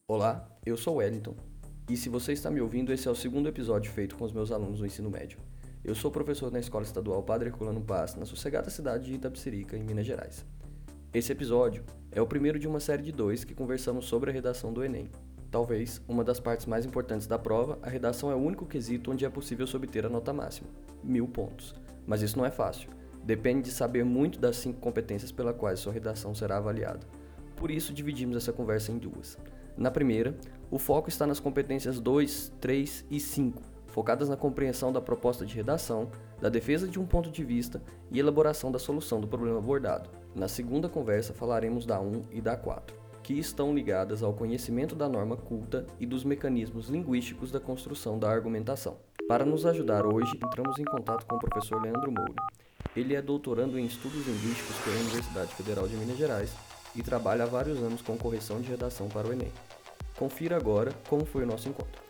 Olá, eu sou o Wellington, e se você está me ouvindo, esse é o segundo episódio feito com os meus alunos do ensino médio. Eu sou professor na Escola Estadual Padre Herculano Paz, na sossegada cidade de Itapecerica, em Minas Gerais. Esse episódio é o primeiro de uma série de dois que conversamos sobre a redação do Enem. Talvez uma das partes mais importantes da prova, a redação é o único quesito onde é possível se obter a nota máxima, 1000 pontos. Mas isso não é fácil, depende de saber muito das 5 competências pelas quais sua redação será avaliada. Por isso, dividimos essa conversa em duas. Na primeira, o foco está nas competências 2, 3 e 5, focadas na compreensão da proposta de redação, da defesa de um ponto de vista e elaboração da solução do problema abordado. Na segunda conversa, falaremos da 1 e da 4, que estão ligadas ao conhecimento da norma culta e dos mecanismos linguísticos da construção da argumentação. Para nos ajudar hoje, entramos em contato com o professor Leandro Moura. Ele é doutorando em Estudos Linguísticos pela Universidade Federal de Minas Gerais e trabalha há vários anos com correção de redação para o Enem. Confira agora como foi o nosso encontro.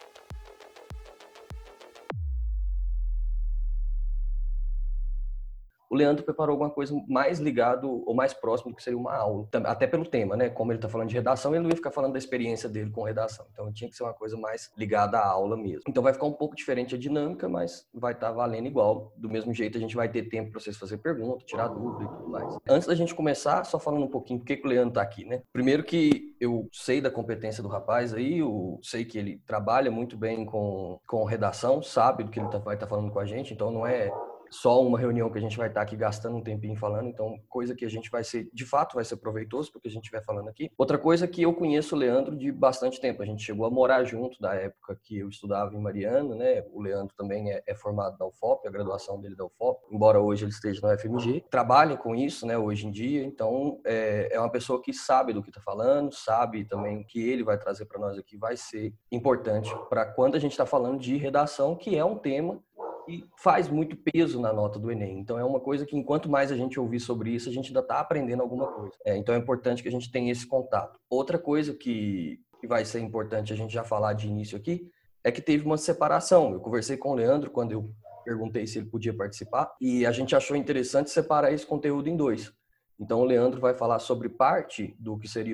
O Leandro preparou alguma coisa mais ligado ou mais próximo do que seria uma aula, até pelo tema, né? Como ele está falando de redação, ele não ia ficar falando da experiência dele com redação. Então tinha que ser uma coisa mais ligada à aula mesmo. Então vai ficar um pouco diferente a dinâmica, mas vai estar valendo igual. Do mesmo jeito, a gente vai ter tempo para vocês fazerem pergunta, tirar dúvida e tudo mais. Antes da gente começar, só falando um pouquinho por que o Leandro está aqui, né? Primeiro que eu sei da competência do rapaz aí, eu sei que ele trabalha muito bem com redação, sabe do que ele vai estar falando com a gente, então não é só uma reunião que a gente vai estar aqui gastando um tempinho falando, então coisa que a gente vai ser, de fato vai ser proveitoso porque a gente vai falando aqui. Outra coisa que eu conheço o Leandro de bastante tempo, a gente chegou a morar junto da época que eu estudava em Mariana, né? O Leandro também é formado da UFOP, a graduação dele da UFOP, embora hoje ele esteja na UFMG, trabalha com isso, né, hoje em dia, então é uma pessoa que sabe do que está falando, sabe também o que ele vai trazer para nós aqui vai ser importante para quando a gente está falando de redação, que é um tema e faz muito peso na nota do Enem. Então é uma coisa que enquanto mais a gente ouvir sobre isso, a gente ainda está aprendendo alguma coisa. Então é importante que a gente tenha esse contato. Outra coisa que vai ser importante a gente já falar de início aqui é que teve uma separação. Eu conversei com o Leandro quando eu perguntei se ele podia participar e a gente achou interessante separar esse conteúdo em dois. Então o Leandro vai falar sobre parte do que seria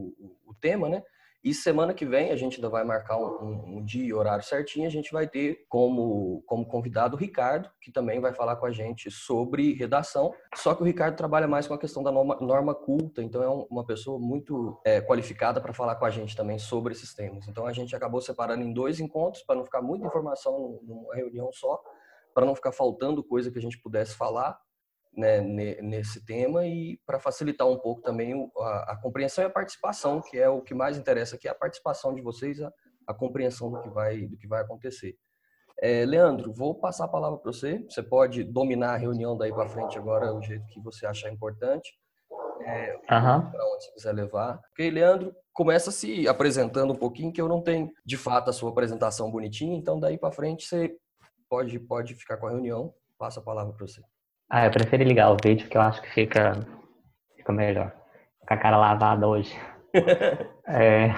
o tema, né? E semana que vem a gente ainda vai marcar um dia e horário certinho. A gente vai ter como convidado o Ricardo, que também vai falar com a gente sobre redação. Só que o Ricardo trabalha mais com a questão da norma culta, então é uma pessoa muito qualificada para falar com a gente também sobre esses temas. Então a gente acabou separando em dois encontros para não ficar muita informação numa reunião só, para não ficar faltando coisa que a gente pudesse falar, né, nesse tema e para facilitar um pouco também a compreensão e a participação, que é o que mais interessa aqui, a participação de vocês, a compreensão do que vai acontecer. Leandro, vou passar a palavra para você. Você pode dominar a reunião daí para frente agora, o jeito que você achar importante, Aham. para onde você quiser levar. Ok, Leandro, começa se apresentando um pouquinho, que eu não tenho de fato a sua apresentação bonitinha, então daí para frente você pode ficar com a reunião. Passo a palavra para você. Eu preferi ligar o vídeo que eu acho que fica melhor. Com a cara lavada hoje. É,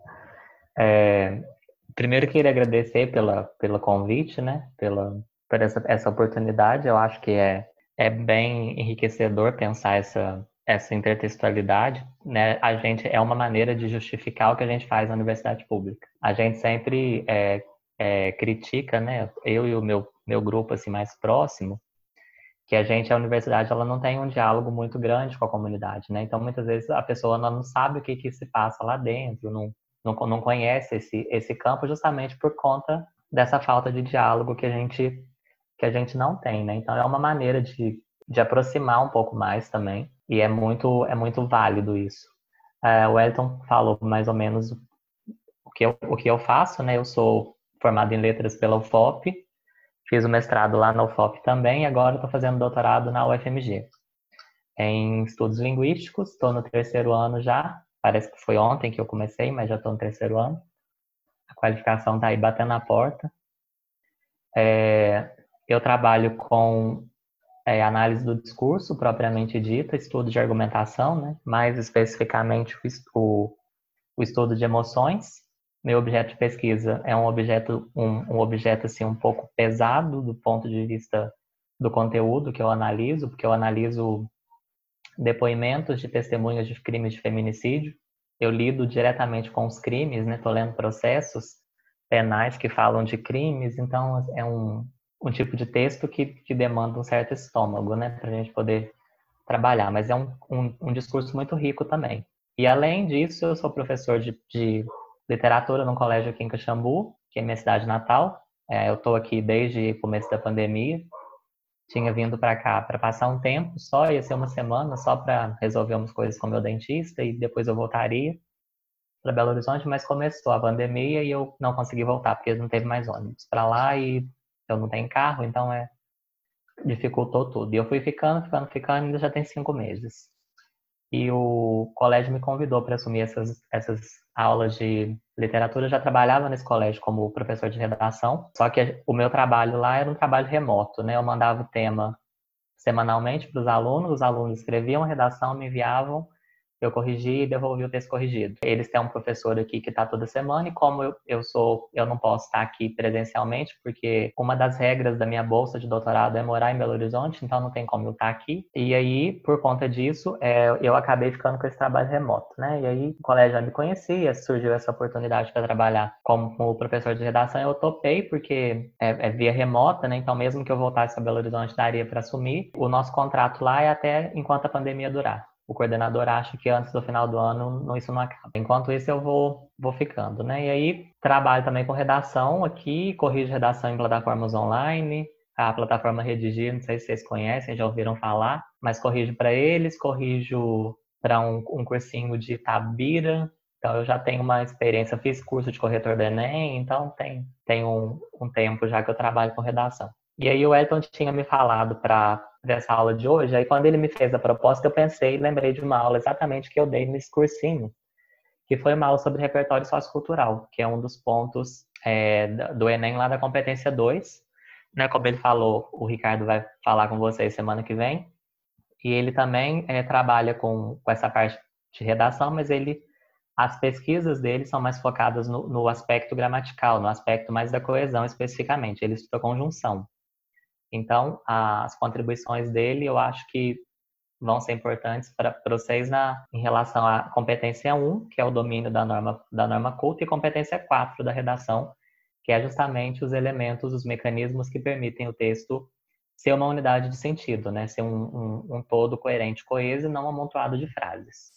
é, primeiro queria agradecer pelo convite, né? Por essa oportunidade. Eu acho que é bem enriquecedor pensar essa intertextualidade, né? A gente é uma maneira de justificar o que a gente faz na universidade pública. A gente sempre critica, né? Eu e o meu grupo assim mais próximo, que a universidade, ela não tem um diálogo muito grande com a comunidade, né? Então, muitas vezes, a pessoa ela não sabe o que se passa lá dentro, não conhece esse campo justamente por conta dessa falta de diálogo que a gente não tem, né? Então, é uma maneira de aproximar um pouco mais também, e é muito válido isso. O Elton falou mais ou menos o que eu faço, né? Eu sou formado em letras pela UFOP, fiz o mestrado lá na UFOP também e agora estou fazendo doutorado na UFMG. Em estudos linguísticos, estou no terceiro ano já. Parece que foi ontem que eu comecei, mas já estou no terceiro ano. A qualificação está aí batendo na porta. Eu trabalho com análise do discurso, propriamente dita, estudo de argumentação, né? Mais especificamente o estudo de emoções. Meu objeto de pesquisa é um objeto assim, um pouco pesado do ponto de vista do conteúdo que eu analiso, porque eu analiso depoimentos de testemunhas de crimes de feminicídio. eu lido diretamente com os crimes, né? Estou lendo processos penais que falam de crimes, então é um tipo de texto que demanda um certo estômago, né? Para a gente poder trabalhar, mas é um discurso muito rico também. E além disso, eu sou professor de literatura num colégio aqui em Caxambu, que é minha cidade natal. Eu estou aqui desde o começo da pandemia. Tinha vindo para cá para passar um tempo só, ia ser uma semana só para resolver umas coisas com o meu dentista e depois eu voltaria para Belo Horizonte, mas começou a pandemia e eu não consegui voltar porque não teve mais ônibus para lá e eu não tenho carro, então dificultou tudo. E eu fui ficando, ainda já tem 5 meses. E o colégio me convidou para assumir essas aulas de literatura. Eu já trabalhava nesse colégio como professor de redação, só que o meu trabalho lá era um trabalho remoto, né? Eu mandava o tema semanalmente para os alunos escreviam a redação, me enviavam, eu corrigi e devolvi o texto corrigido. Eles têm um professor aqui que está toda semana e como eu não posso estar aqui presencialmente porque uma das regras da minha bolsa de doutorado é morar em Belo Horizonte, então não tem como eu estar aqui. E aí, por conta disso, eu acabei ficando com esse trabalho remoto, né? E aí o colégio já me conhecia, surgiu essa oportunidade para trabalhar como professor de redação, eu topei porque é via remota, né? Então mesmo que eu voltasse a Belo Horizonte daria para assumir. O nosso contrato lá é até enquanto a pandemia durar. O coordenador acha que antes do final do ano isso não acaba. Enquanto isso, eu vou ficando, né? E aí, trabalho também com redação aqui, corrijo redação em plataformas online, a plataforma Redigir, não sei se vocês conhecem, já ouviram falar, mas corrijo para eles, corrijo para um cursinho de Tabira, então eu já tenho uma experiência, fiz curso de corretor do Enem, então tem um tempo já que eu trabalho com redação. E aí o Elton tinha me falado para essa aula de hoje, aí quando ele me fez a proposta, eu pensei, lembrei de uma aula exatamente que eu dei nesse cursinho, que foi uma aula sobre repertório sociocultural, que é um dos pontos do Enem lá da competência 2. Né, como ele falou, o Ricardo vai falar com vocês semana que vem, e ele também trabalha com essa parte de redação, mas as pesquisas dele são mais focadas no aspecto gramatical, no aspecto mais da coesão especificamente, ele estuda conjunção. Então, as contribuições dele, eu acho que vão ser importantes para vocês em relação à competência 1, que é o domínio da norma culta, e competência 4 da redação, que é justamente os elementos, os mecanismos que permitem o texto ser uma unidade de sentido, né? Ser um todo coerente, coeso, e não um amontoado de frases.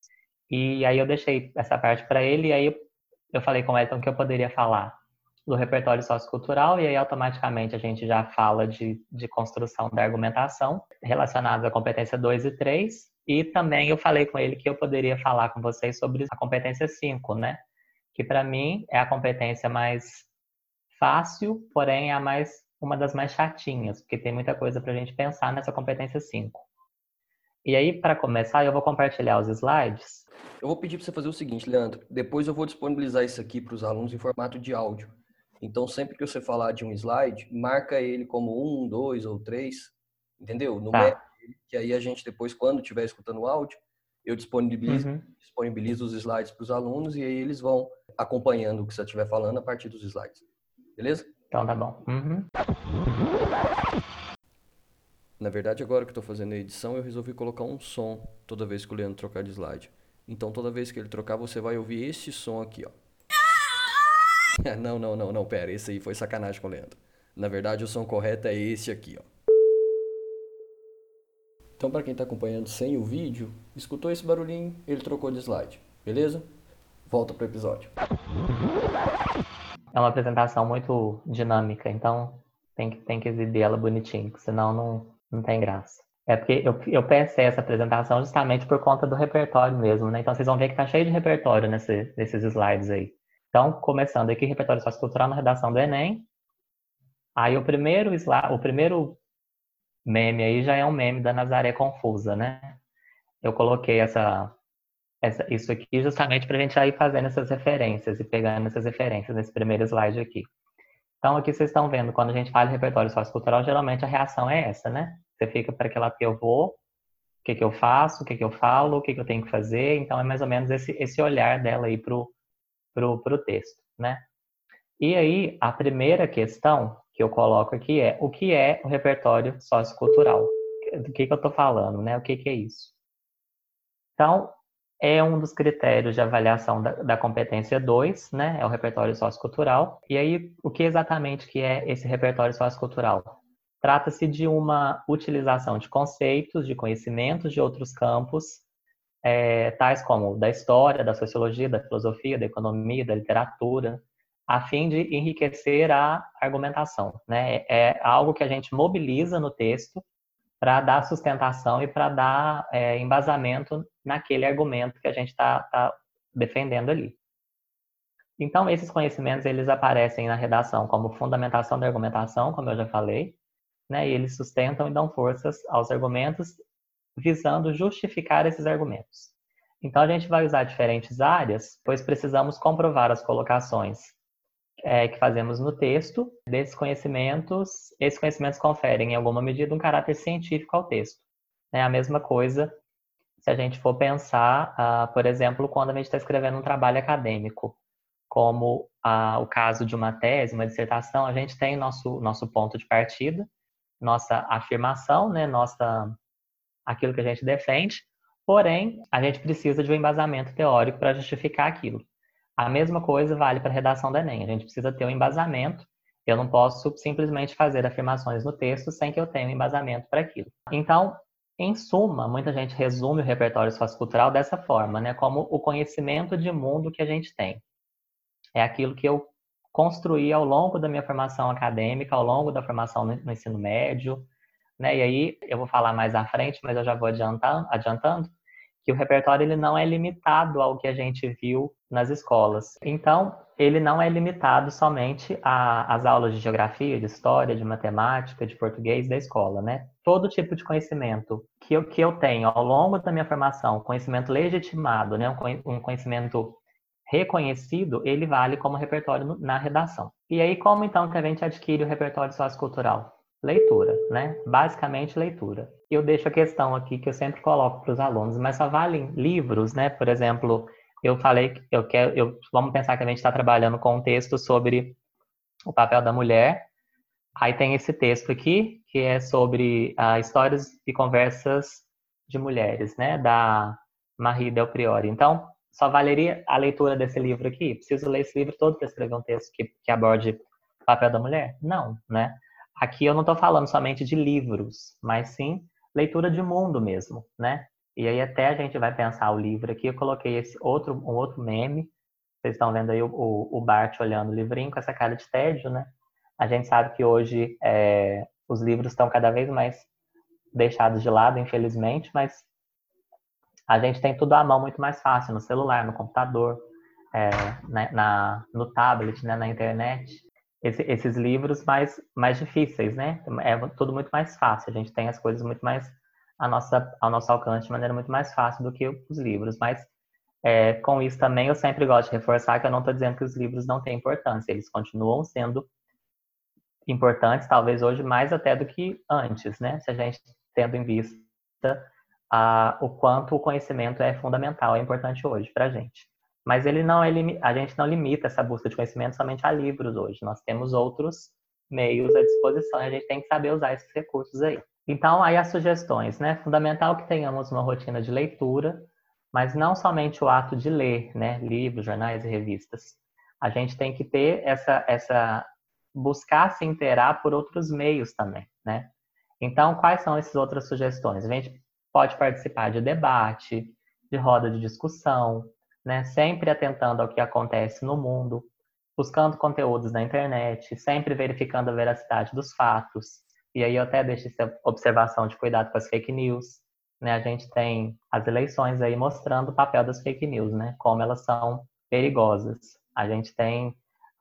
E aí eu deixei essa parte para ele, e aí eu falei com o Elton que eu poderia falar do repertório sociocultural, e aí automaticamente a gente já fala de construção da argumentação relacionada à competência 2 e 3, e também eu falei com ele que eu poderia falar com vocês sobre a competência 5, né? Que para mim é a competência mais fácil, porém é uma das mais chatinhas, porque tem muita coisa para a gente pensar nessa competência 5. E aí, para começar, eu vou compartilhar os slides. Eu vou pedir para você fazer o seguinte, Leandro. Depois eu vou disponibilizar isso aqui para os alunos em formato de áudio. Então, sempre que você falar de um slide, marca ele como 1, 2 ou 3, entendeu? Numera ele, que aí a gente depois, quando estiver escutando o áudio, eu disponibilizo os slides para os alunos e aí eles vão acompanhando o que você estiver falando a partir dos slides. Beleza? Então tá bom. Na verdade, agora que eu estou fazendo a edição, eu resolvi colocar um som toda vez que o Leandro trocar de slide. Então, toda vez que ele trocar, você vai ouvir esse som aqui, ó. Não, pera, esse aí foi sacanagem com o Leandro. Na verdade, o som correto é esse aqui, ó. Então, para quem está acompanhando sem o vídeo, escutou esse barulhinho, ele trocou de slide, beleza? Volta pro episódio. É uma apresentação muito dinâmica, então tem que exibir ela bonitinho, senão não tem graça. É porque eu pensei essa apresentação justamente por conta do repertório mesmo, né? Então vocês vão ver que tá cheio de repertório nesses slides aí. Então, começando aqui, repertório sociocultural na redação do Enem. Aí o primeiro meme aí já é um meme da Nazaré Confusa, né? Eu coloquei isso aqui justamente para a gente já ir fazendo essas referências e pegando essas referências nesse primeiro slide aqui. Então, aqui vocês estão vendo, quando a gente fala de repertório sociocultural, geralmente a reação é essa, né? Você fica para aquele lado que eu vou, o que eu faço, o que eu falo, o que eu tenho que fazer. Então, é mais ou menos esse olhar dela aí pro texto, né? E aí, a primeira questão que eu coloco aqui é o que é o repertório sociocultural? Do que eu estou falando, né? O que é isso? Então, é um dos critérios de avaliação da competência 2, né? É o repertório sociocultural. E aí, o que exatamente que é esse repertório sociocultural? Trata-se de uma utilização de conceitos, de conhecimentos de outros campos, tais como da história, da sociologia, da filosofia, da economia, da literatura, a fim de enriquecer a argumentação, né? É algo que a gente mobiliza no texto para dar sustentação e para dar embasamento naquele argumento que a gente está defendendo ali. Então, esses conhecimentos, eles aparecem na redação como fundamentação da argumentação, como eu já falei, né? E eles sustentam e dão forças aos argumentos, visando justificar esses argumentos. Então, a gente vai usar diferentes áreas, pois precisamos comprovar as colocações que fazemos no texto desses conhecimentos. Esses conhecimentos conferem, em alguma medida, um caráter científico ao texto. É a mesma coisa se a gente for pensar, por exemplo, quando a gente está escrevendo um trabalho acadêmico, como o caso de uma tese, uma dissertação, a gente tem nosso ponto de partida, nossa afirmação, né, aquilo que a gente defende, porém, a gente precisa de um embasamento teórico para justificar aquilo. A mesma coisa vale para a redação do Enem. A gente precisa ter um embasamento. Eu não posso simplesmente fazer afirmações no texto sem que eu tenha um embasamento para aquilo. Então, em suma, muita gente resume o repertório sociocultural dessa forma, né? Como o conhecimento de mundo que a gente tem. É aquilo que eu construí ao longo da minha formação acadêmica, ao longo da formação no ensino médio, né? E aí eu vou falar mais à frente, mas eu já vou adiantando que o repertório ele não é limitado ao que a gente viu nas escolas. Então, ele não é limitado somente às aulas de geografia, de história, de matemática, de português da escola, né? Todo tipo de conhecimento que eu tenho ao longo da minha formação, conhecimento legitimado, né? Um conhecimento reconhecido, ele vale como repertório na redação. E aí, como então que a gente adquire o repertório sociocultural? Leitura, né? Basicamente leitura. Eu deixo a questão aqui que eu sempre coloco para os alunos, mas só valem livros, né? Por exemplo, eu falei que vamos pensar que a gente está trabalhando com um texto sobre o papel da mulher. Aí tem esse texto aqui, que é sobre histórias e conversas de mulheres, né? Da Marie Del Priore. Então, só valeria a leitura desse livro aqui? Preciso ler esse livro todo para escrever um texto que aborde o papel da mulher? Não, né? Aqui eu não estou falando somente de livros, mas sim leitura de mundo mesmo, né? E aí até a gente vai pensar o livro aqui, eu coloquei um outro meme, vocês estão vendo aí o Bart olhando o livrinho com essa cara de tédio, né? A gente sabe que hoje os livros estão cada vez mais deixados de lado, infelizmente, mas a gente tem tudo à mão muito mais fácil, no celular, no computador, no tablet, né, na internet. Esses livros mais difíceis, né? É tudo muito mais fácil. A gente tem as coisas muito mais ao nosso alcance de maneira muito mais fácil do que os livros. Mas com isso também eu sempre gosto de reforçar que eu não estou dizendo que os livros não têm importância. Eles continuam sendo importantes, talvez hoje mais até do que antes, né? Se a gente tendo em vista o quanto o conhecimento é fundamental, é importante hoje para a gente. Mas ele não a gente não limita essa busca de conhecimento somente a livros hoje. Nós temos outros meios à disposição e a gente tem que saber usar esses recursos aí. Então, aí as sugestões, né? Fundamental que tenhamos uma rotina de leitura, mas não somente o ato de ler, né? Livros, jornais e revistas. A gente tem que ter essa buscar se inteirar por outros meios também, né? Então, quais são essas outras sugestões? A gente pode participar de debate, de roda de discussão, né? Sempre atentando ao que acontece no mundo, buscando conteúdos na internet, sempre verificando a veracidade dos fatos. E aí eu até deixo essa observação de cuidado com as fake news, né? A gente tem as eleições aí mostrando o papel das fake news, né? Como elas são perigosas. A gente tem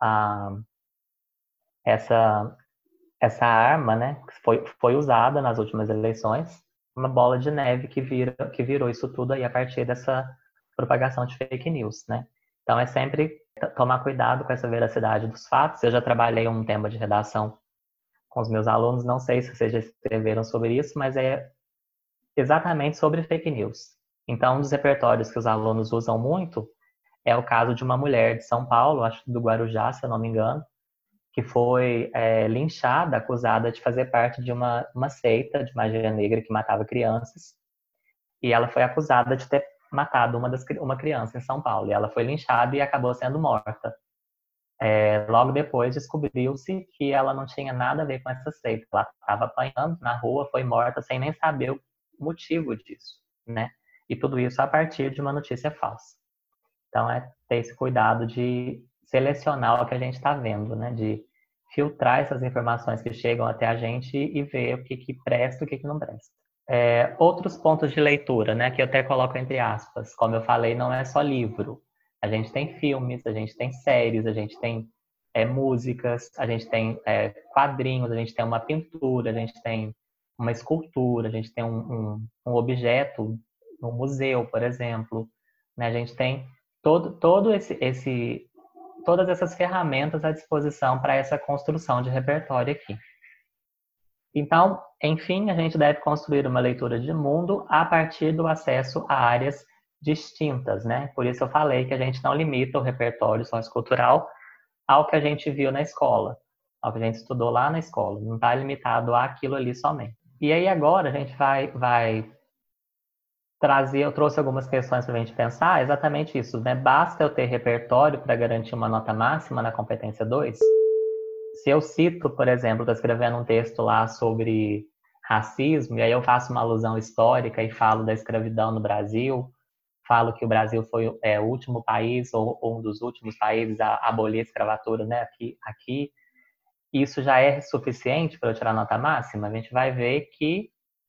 essa arma, né, que foi usada nas últimas eleições, uma bola de neve que virou isso tudo aí a partir dessa propagação de fake news, né? Então é sempre tomar cuidado com essa veracidade dos fatos. Eu já trabalhei um tema de redação com os meus alunos, não sei se vocês já escreveram sobre isso, mas é exatamente sobre fake news. Então, um dos repertórios que os alunos usam muito é o caso de uma mulher de São Paulo, acho do Guarujá, se eu não me engano, que foi linchada, acusada de fazer parte de uma seita de magia negra que matava crianças. E ela foi acusada de ter matado uma criança em São Paulo. E ela foi linchada e acabou sendo morta. Logo depois descobriu-se que ela não tinha nada a ver com essa seita. Ela estava apanhando na rua, foi morta sem nem saber o motivo disso, né? E tudo isso a partir de uma notícia falsa. Então é ter esse cuidado de selecionar o que a gente está vendo, né? De filtrar essas informações que chegam até a gente e ver o que presta e o que não presta. Outros pontos de leitura, né? Que eu até coloco entre aspas. Como eu falei, não é só livro. A gente tem filmes, a gente tem séries, a gente tem músicas, a gente tem quadrinhos, a gente tem uma pintura, a gente tem uma escultura, a gente tem um objeto no museu, por exemplo. Né? A gente tem todas essas ferramentas à disposição para essa construção de repertório aqui. Então, enfim, a gente deve construir uma leitura de mundo a partir do acesso a áreas distintas, né? Por isso eu falei que a gente não limita o repertório sociocultural ao que a gente viu na escola, ao que a gente estudou lá na escola. Não está limitado àquilo ali somente. E aí agora a gente vai trazer, eu trouxe algumas questões para a gente pensar, exatamente isso, né? Basta eu ter repertório para garantir uma nota máxima na competência 2? Se eu cito, por exemplo, estou escrevendo um texto lá sobre racismo, e aí eu faço uma alusão histórica e falo da escravidão no Brasil, falo que o Brasil foi o último país, ou um dos últimos países a abolir a escravatura, né, aqui, isso já é suficiente para eu tirar nota máxima? A gente vai ver que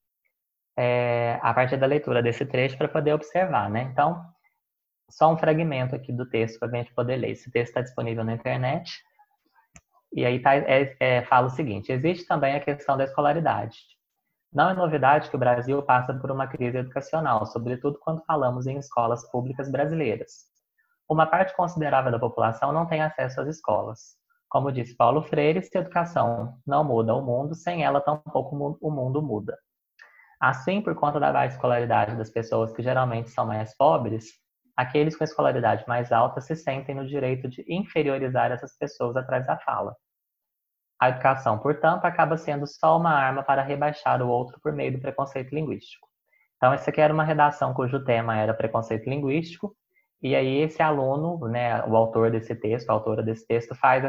a partir da leitura desse trecho para poder observar, né? Então, só um fragmento aqui do texto para a gente poder ler. Esse texto está disponível na internet. E aí fala o seguinte: existe também a questão da escolaridade. Não é novidade que o Brasil passa por uma crise educacional, sobretudo quando falamos em escolas públicas brasileiras. Uma parte considerável da população não tem acesso às escolas. Como disse Paulo Freire, se a educação não muda o mundo, sem ela tampouco o mundo muda. Assim, por conta da baixa escolaridade das pessoas que geralmente são mais pobres, aqueles com escolaridade mais alta se sentem no direito de inferiorizar essas pessoas atrás da fala. A educação, portanto, acaba sendo só uma arma para rebaixar o outro por meio do preconceito linguístico. Então, essa aqui era uma redação cujo tema era preconceito linguístico, e aí esse aluno, né, o autor desse texto, a autora desse texto, faz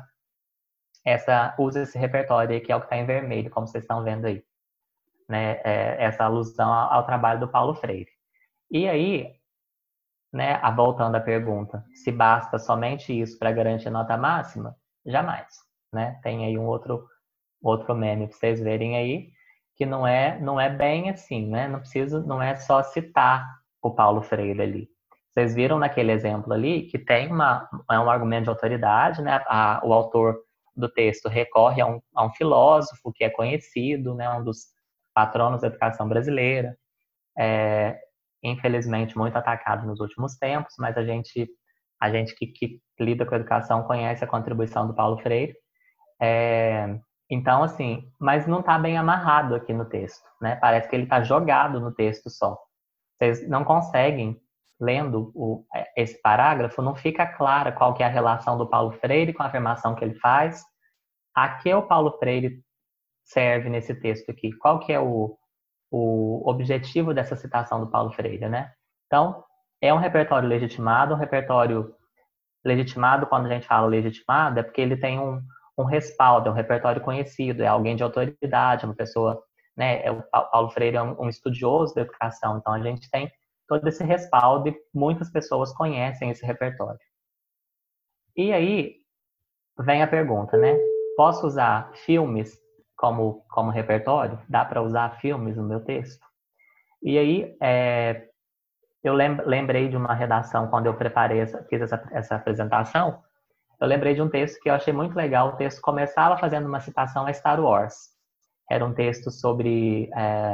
usa esse repertório aí, que é o que está em vermelho, como vocês estão vendo aí. Né, essa alusão ao trabalho do Paulo Freire. E aí, né, voltando à pergunta, se basta somente isso para garantir nota máxima? Jamais. Né? Tem aí um outro meme para vocês verem aí, que não é bem assim, né? Não é só citar o Paulo Freire ali. Vocês viram naquele exemplo ali que tem um argumento de autoridade, né? O autor do texto recorre a um filósofo que é conhecido, né? Um dos patronos da educação brasileira, infelizmente muito atacado nos últimos tempos, mas a gente que lida com a educação conhece a contribuição do Paulo Freire. Então, assim, mas não está bem amarrado aqui no texto, né? Parece que ele está jogado no texto só. Vocês não conseguem, lendo esse parágrafo, não fica clara qual que é a relação do Paulo Freire com a afirmação que ele faz. A que o Paulo Freire serve nesse texto aqui? Qual que é o objetivo dessa citação do Paulo Freire, né? Então, é um repertório legitimado. Um repertório legitimado, quando a gente fala legitimado, é porque ele tem um respaldo, é um repertório conhecido, é alguém de autoridade, uma pessoa, né? O Paulo Freire é um estudioso da educação, então a gente tem todo esse respaldo e muitas pessoas conhecem esse repertório. E aí vem a pergunta, né? Posso usar filmes como repertório? Dá para usar filmes no meu texto? E aí, eu lembrei de uma redação quando eu fiz essa apresentação. Eu lembrei de um texto que eu achei muito legal. O texto começava fazendo uma citação a Star Wars. Era um texto sobre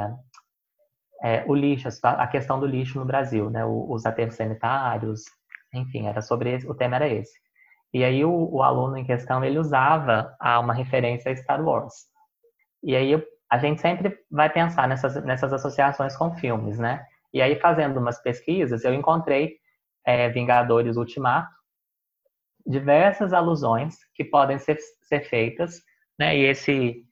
o lixo, a questão do lixo no Brasil, né? Os aterros sanitários, enfim, o tema era esse. E aí o aluno em questão, ele usava uma referência a Star Wars. E aí a gente sempre vai pensar nessas associações com filmes, né? E aí, fazendo umas pesquisas, eu encontrei Vingadores Ultimato, diversas alusões que podem ser feitas, né? E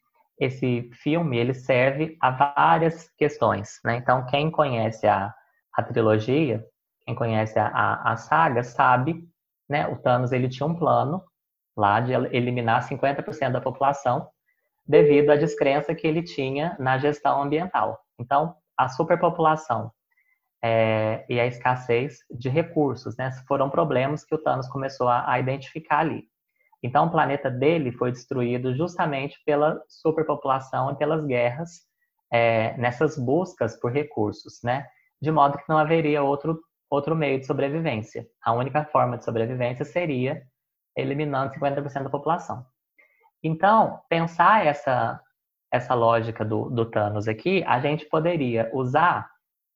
esse filme, ele serve a várias questões, né? Então, quem conhece a a trilogia, quem conhece a saga sabe, né, o Thanos ele tinha um plano lá de eliminar 50% da população devido à descrença que ele tinha na gestão ambiental. Então, a superpopulação e a escassez de recursos, né, foram problemas que o Thanos começou a identificar ali. Então, o planeta dele foi destruído justamente pela superpopulação e pelas guerras nessas buscas por recursos, né? De modo que não haveria outro meio de sobrevivência. A única forma de sobrevivência seria eliminando 50% da população. Então, pensar essa lógica do Thanos aqui, a gente poderia usar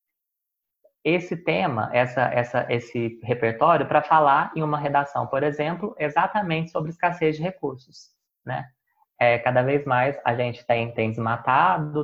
esse tema, esse repertório, para falar em uma redação, por exemplo, exatamente sobre escassez de recursos, né? Cada vez mais a gente tem desmatado,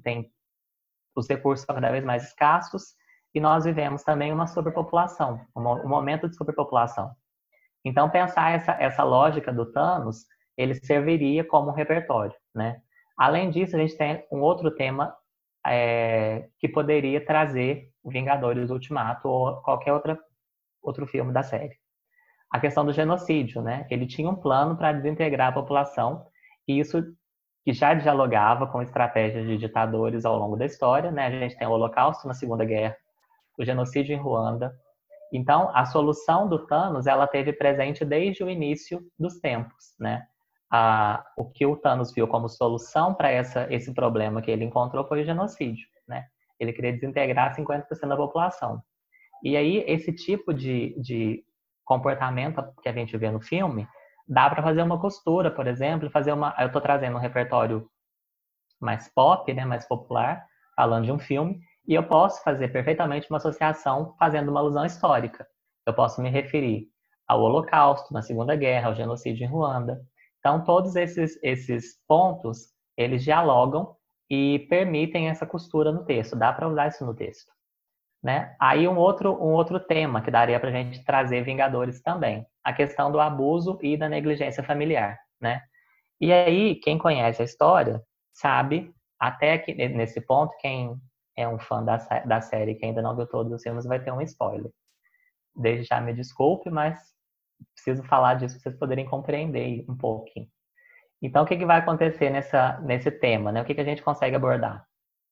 os recursos são cada vez mais escassos, e nós vivemos também uma superpopulação, um momento de superpopulação. Então, pensar essa lógica do Thanos, ele serviria como um repertório, né? Além disso, a gente tem um outro tema que poderia trazer Vingadores Ultimato ou qualquer outro filme da série. A questão do genocídio, né? Ele tinha um plano para desintegrar a população, e isso que já dialogava com estratégias de ditadores ao longo da história, né? A gente tem o Holocausto na Segunda Guerra, o genocídio em Ruanda. Então, a solução do Thanos, ela teve presente desde o início dos tempos, né? O que o Thanos viu como solução para esse problema que ele encontrou foi o genocídio, né? Ele queria desintegrar 50% da população. E aí, esse tipo de comportamento que a gente vê no filme, dá para fazer uma costura, por exemplo, eu estou trazendo um repertório mais pop, né, mais popular, falando de um filme, e eu posso fazer perfeitamente uma associação fazendo uma alusão histórica. Eu posso me referir ao Holocausto, na Segunda Guerra, ao genocídio em Ruanda. Então, todos esses pontos, eles dialogam e permitem essa costura no texto. Dá para usar isso no texto, né? Aí um outro tema que daria para a gente trazer Vingadores também, a questão do abuso e da negligência familiar, né? E aí, quem conhece a história sabe, até que nesse ponto, quem é um fã da série que ainda não viu todos os filmes vai ter um spoiler. Desde já me desculpe, mas preciso falar disso para vocês poderem compreender um pouquinho. Então, o que vai acontecer nesse tema, né? O que a gente consegue abordar?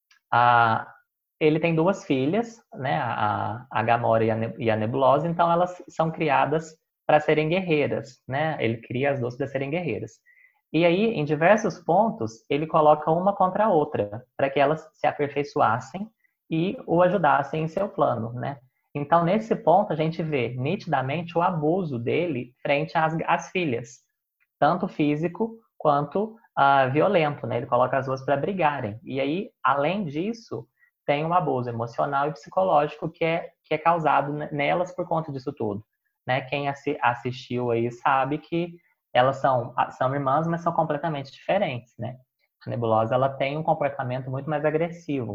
Ele tem duas filhas, né? A Gamora e a Nebulosa, então elas são criadas para serem guerreiras, né? Ele cria as duas para serem guerreiras. E aí, em diversos pontos, ele coloca uma contra a outra, para que elas se aperfeiçoassem e o ajudassem em seu plano, né? Então, nesse ponto, a gente vê nitidamente o abuso dele frente às filhas, tanto físico quanto violento, né? Ele coloca as duas para brigarem. E aí, além disso, tem um abuso emocional e psicológico que é causado nelas por conta disso tudo, né? Quem assistiu aí sabe que elas são irmãs, mas são completamente diferentes, né? A Nebulosa, ela tem um comportamento muito mais agressivo,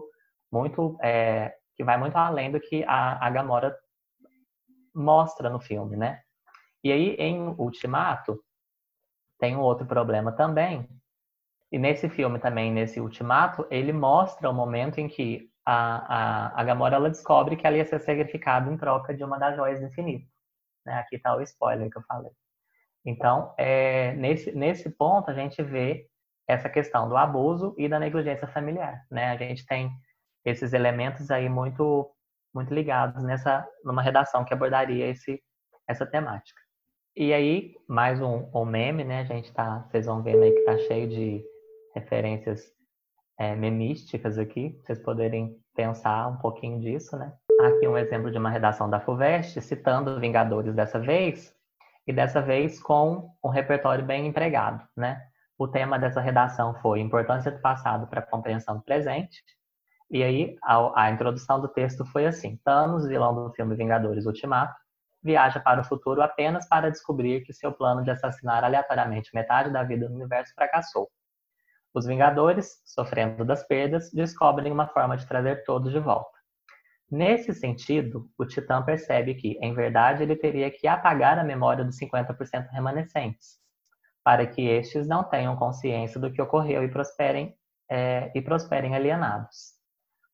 que vai muito além do que a Gamora mostra no filme, né? E aí, em Ultimato, tem um outro problema também. E nesse filme também, nesse Ultimato, ele mostra o momento em que a Gamora ela descobre que ela ia ser sacrificada em troca de uma das joias do infinito, né? Aqui está o spoiler que eu falei. Então, nesse ponto, a gente vê essa questão do abuso e da negligência familiar, né? A gente tem esses elementos aí muito, muito ligados numa redação que abordaria essa temática. E aí, mais um meme, né? Vocês vão vendo aí que tá cheio de referências memísticas aqui, pra vocês poderem pensar um pouquinho disso, né? Aqui um exemplo de uma redação da FUVEST, citando Vingadores dessa vez, e dessa vez com um repertório bem empregado, né? O tema dessa redação foi Importância do Passado para a Compreensão do Presente, e aí a introdução do texto foi assim: Thanos, vilão do filme Vingadores Ultimato, viaja para o futuro apenas para descobrir que seu plano de assassinar aleatoriamente metade da vida no universo fracassou. Os Vingadores, sofrendo das perdas, descobrem uma forma de trazer todos de volta. Nesse sentido, o Titã percebe que, em verdade, ele teria que apagar a memória dos 50% remanescentes, para que estes não tenham consciência do que ocorreu e prosperem alienados.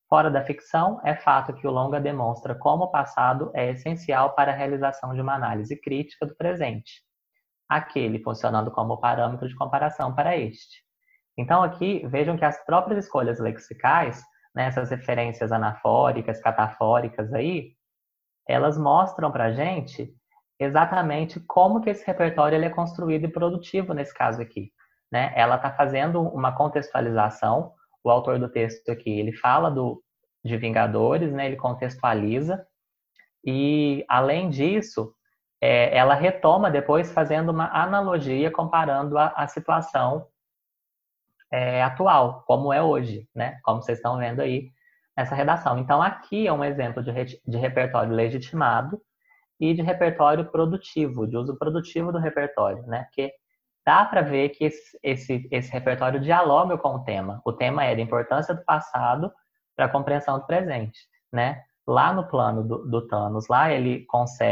Fora da ficção, é fato que o longa demonstra como o passado é essencial para a realização de uma análise crítica do presente, aquele funcionando como parâmetro de comparação para este. Então aqui, vejam que as próprias escolhas lexicais, né, essas referências anafóricas, catafóricas aí, elas mostram para a gente exatamente como que esse repertório ele é construído e produtivo nesse caso aqui. Né? Ela está fazendo uma contextualização, o autor do texto aqui, ele fala de Vingadores, né? Ele contextualiza, e além disso, ela retoma depois fazendo uma analogia comparando a situação atual, como é hoje, né? Como vocês estão vendo aí nessa redação. Então, aqui é um exemplo de repertório legitimado e de repertório produtivo, de uso produtivo do repertório, né? Porque dá para ver que esse repertório dialoga com o tema. O tema é da importância do passado para a compreensão do presente, né? Lá no plano do Thanos, lá ele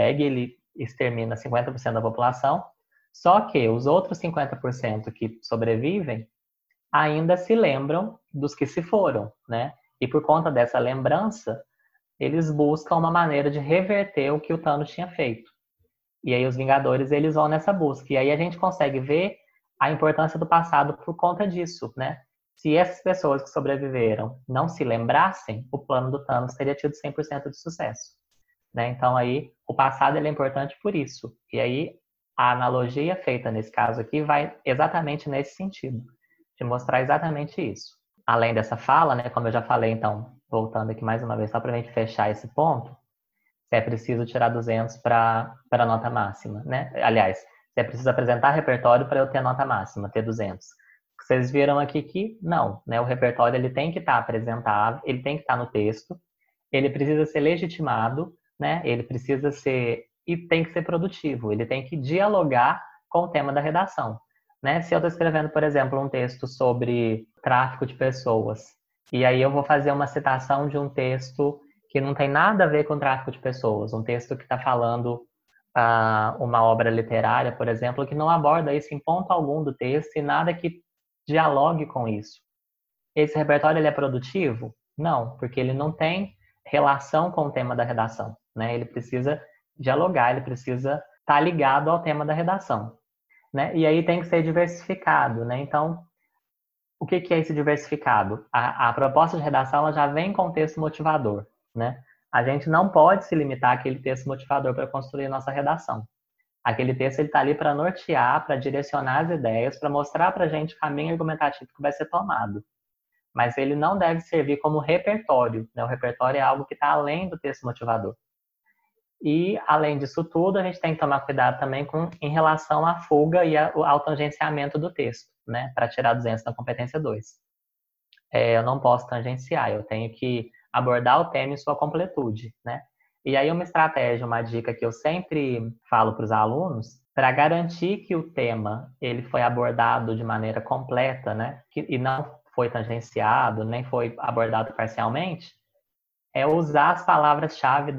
extermina 50% da população, só que os outros 50% que sobrevivem ainda se lembram dos que se foram, né? E por conta dessa lembrança, eles buscam uma maneira de reverter o que o Thanos tinha feito. E aí os Vingadores, eles vão nessa busca. E aí a gente consegue ver a importância do passado por conta disso, né? Se essas pessoas que sobreviveram não se lembrassem, o plano do Thanos teria tido 100% de sucesso. Né? Então aí o passado ele é importante por isso. E aí a analogia feita nesse caso aqui vai exatamente nesse sentido, de mostrar exatamente isso. Além dessa fala, né, como eu já falei, então, voltando aqui mais uma vez, só para a gente fechar esse ponto, se é preciso tirar 200 para a nota máxima, né? Aliás, se é preciso apresentar repertório para eu ter nota máxima, ter 200. Vocês viram aqui que não, né? O repertório ele tem que estar apresentável, ele tem que estar no texto, ele precisa ser legitimado, né? Ele precisa ser e tem que ser produtivo, ele tem que dialogar com o tema da redação, né? Se eu estou escrevendo, por exemplo, um texto sobre tráfico de pessoas, e aí eu vou fazer uma citação de um texto que não tem nada a ver com tráfico de pessoas, um texto que está falando uma obra literária, por exemplo, que não aborda isso em ponto algum do texto e nada que dialogue com isso. Esse repertório ele é produtivo? Não, porque ele não tem relação com o tema da redação, né? Ele precisa dialogar, ele precisa estar ligado ao tema da redação, né? E aí tem que ser diversificado, né? Então, o que é esse diversificado? A proposta de redação ela já vem com texto motivador, né? A gente não pode se limitar àquele texto motivador para construir nossa redação. Aquele texto está ali para nortear, para direcionar as ideias, para mostrar para a gente o caminho argumentativo que vai ser tomado. Mas ele não deve servir como repertório, né? O repertório é algo que está além do texto motivador. E, além disso tudo, a gente tem que tomar cuidado também em relação à fuga e ao tangenciamento do texto, né? Para tirar 200 da competência 2. Eu não posso tangenciar, eu tenho que abordar o tema em sua completude, né? E aí uma estratégia, uma dica que eu sempre falo para os alunos, para garantir que o tema ele foi abordado de maneira completa, né? E não foi tangenciado, nem foi abordado parcialmente, é usar as palavras-chave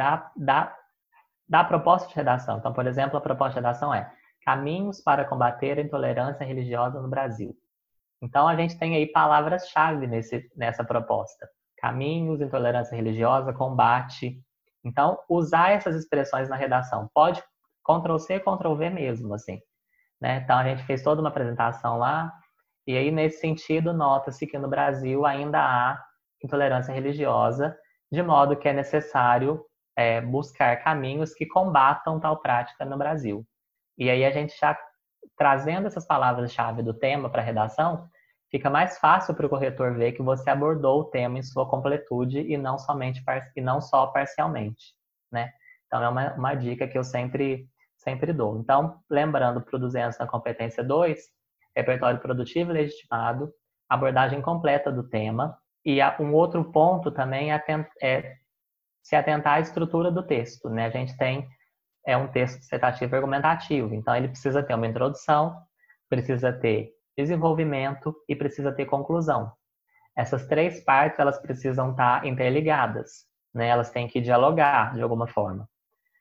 da proposta de redação. Então, por exemplo, a proposta de redação é caminhos para combater a intolerância religiosa no Brasil. Então, a gente tem aí palavras-chave nessa proposta. Caminhos, intolerância religiosa, combate. Então, usar essas expressões na redação. Pode Ctrl+C, Ctrl+V mesmo, assim. Né? Então, a gente fez toda uma apresentação lá, e aí, nesse sentido, nota-se que no Brasil ainda há intolerância religiosa, de modo que é necessário buscar caminhos que combatam tal prática no Brasil. E aí, a gente já trazendo essas palavras-chave do tema para a redação, fica mais fácil para o corretor ver que você abordou o tema em sua completude e não só parcialmente, né? Então, é uma dica que eu sempre dou. Então, lembrando para o 200 na competência 2, repertório produtivo e legitimado, abordagem completa do tema, e um outro ponto também é se atentar à estrutura do texto, né? A gente tem um texto dissertativo e argumentativo. Então, ele precisa ter uma introdução, precisa ter desenvolvimento e precisa ter conclusão. Essas três partes, elas precisam estar interligadas, né? Elas têm que dialogar de alguma forma.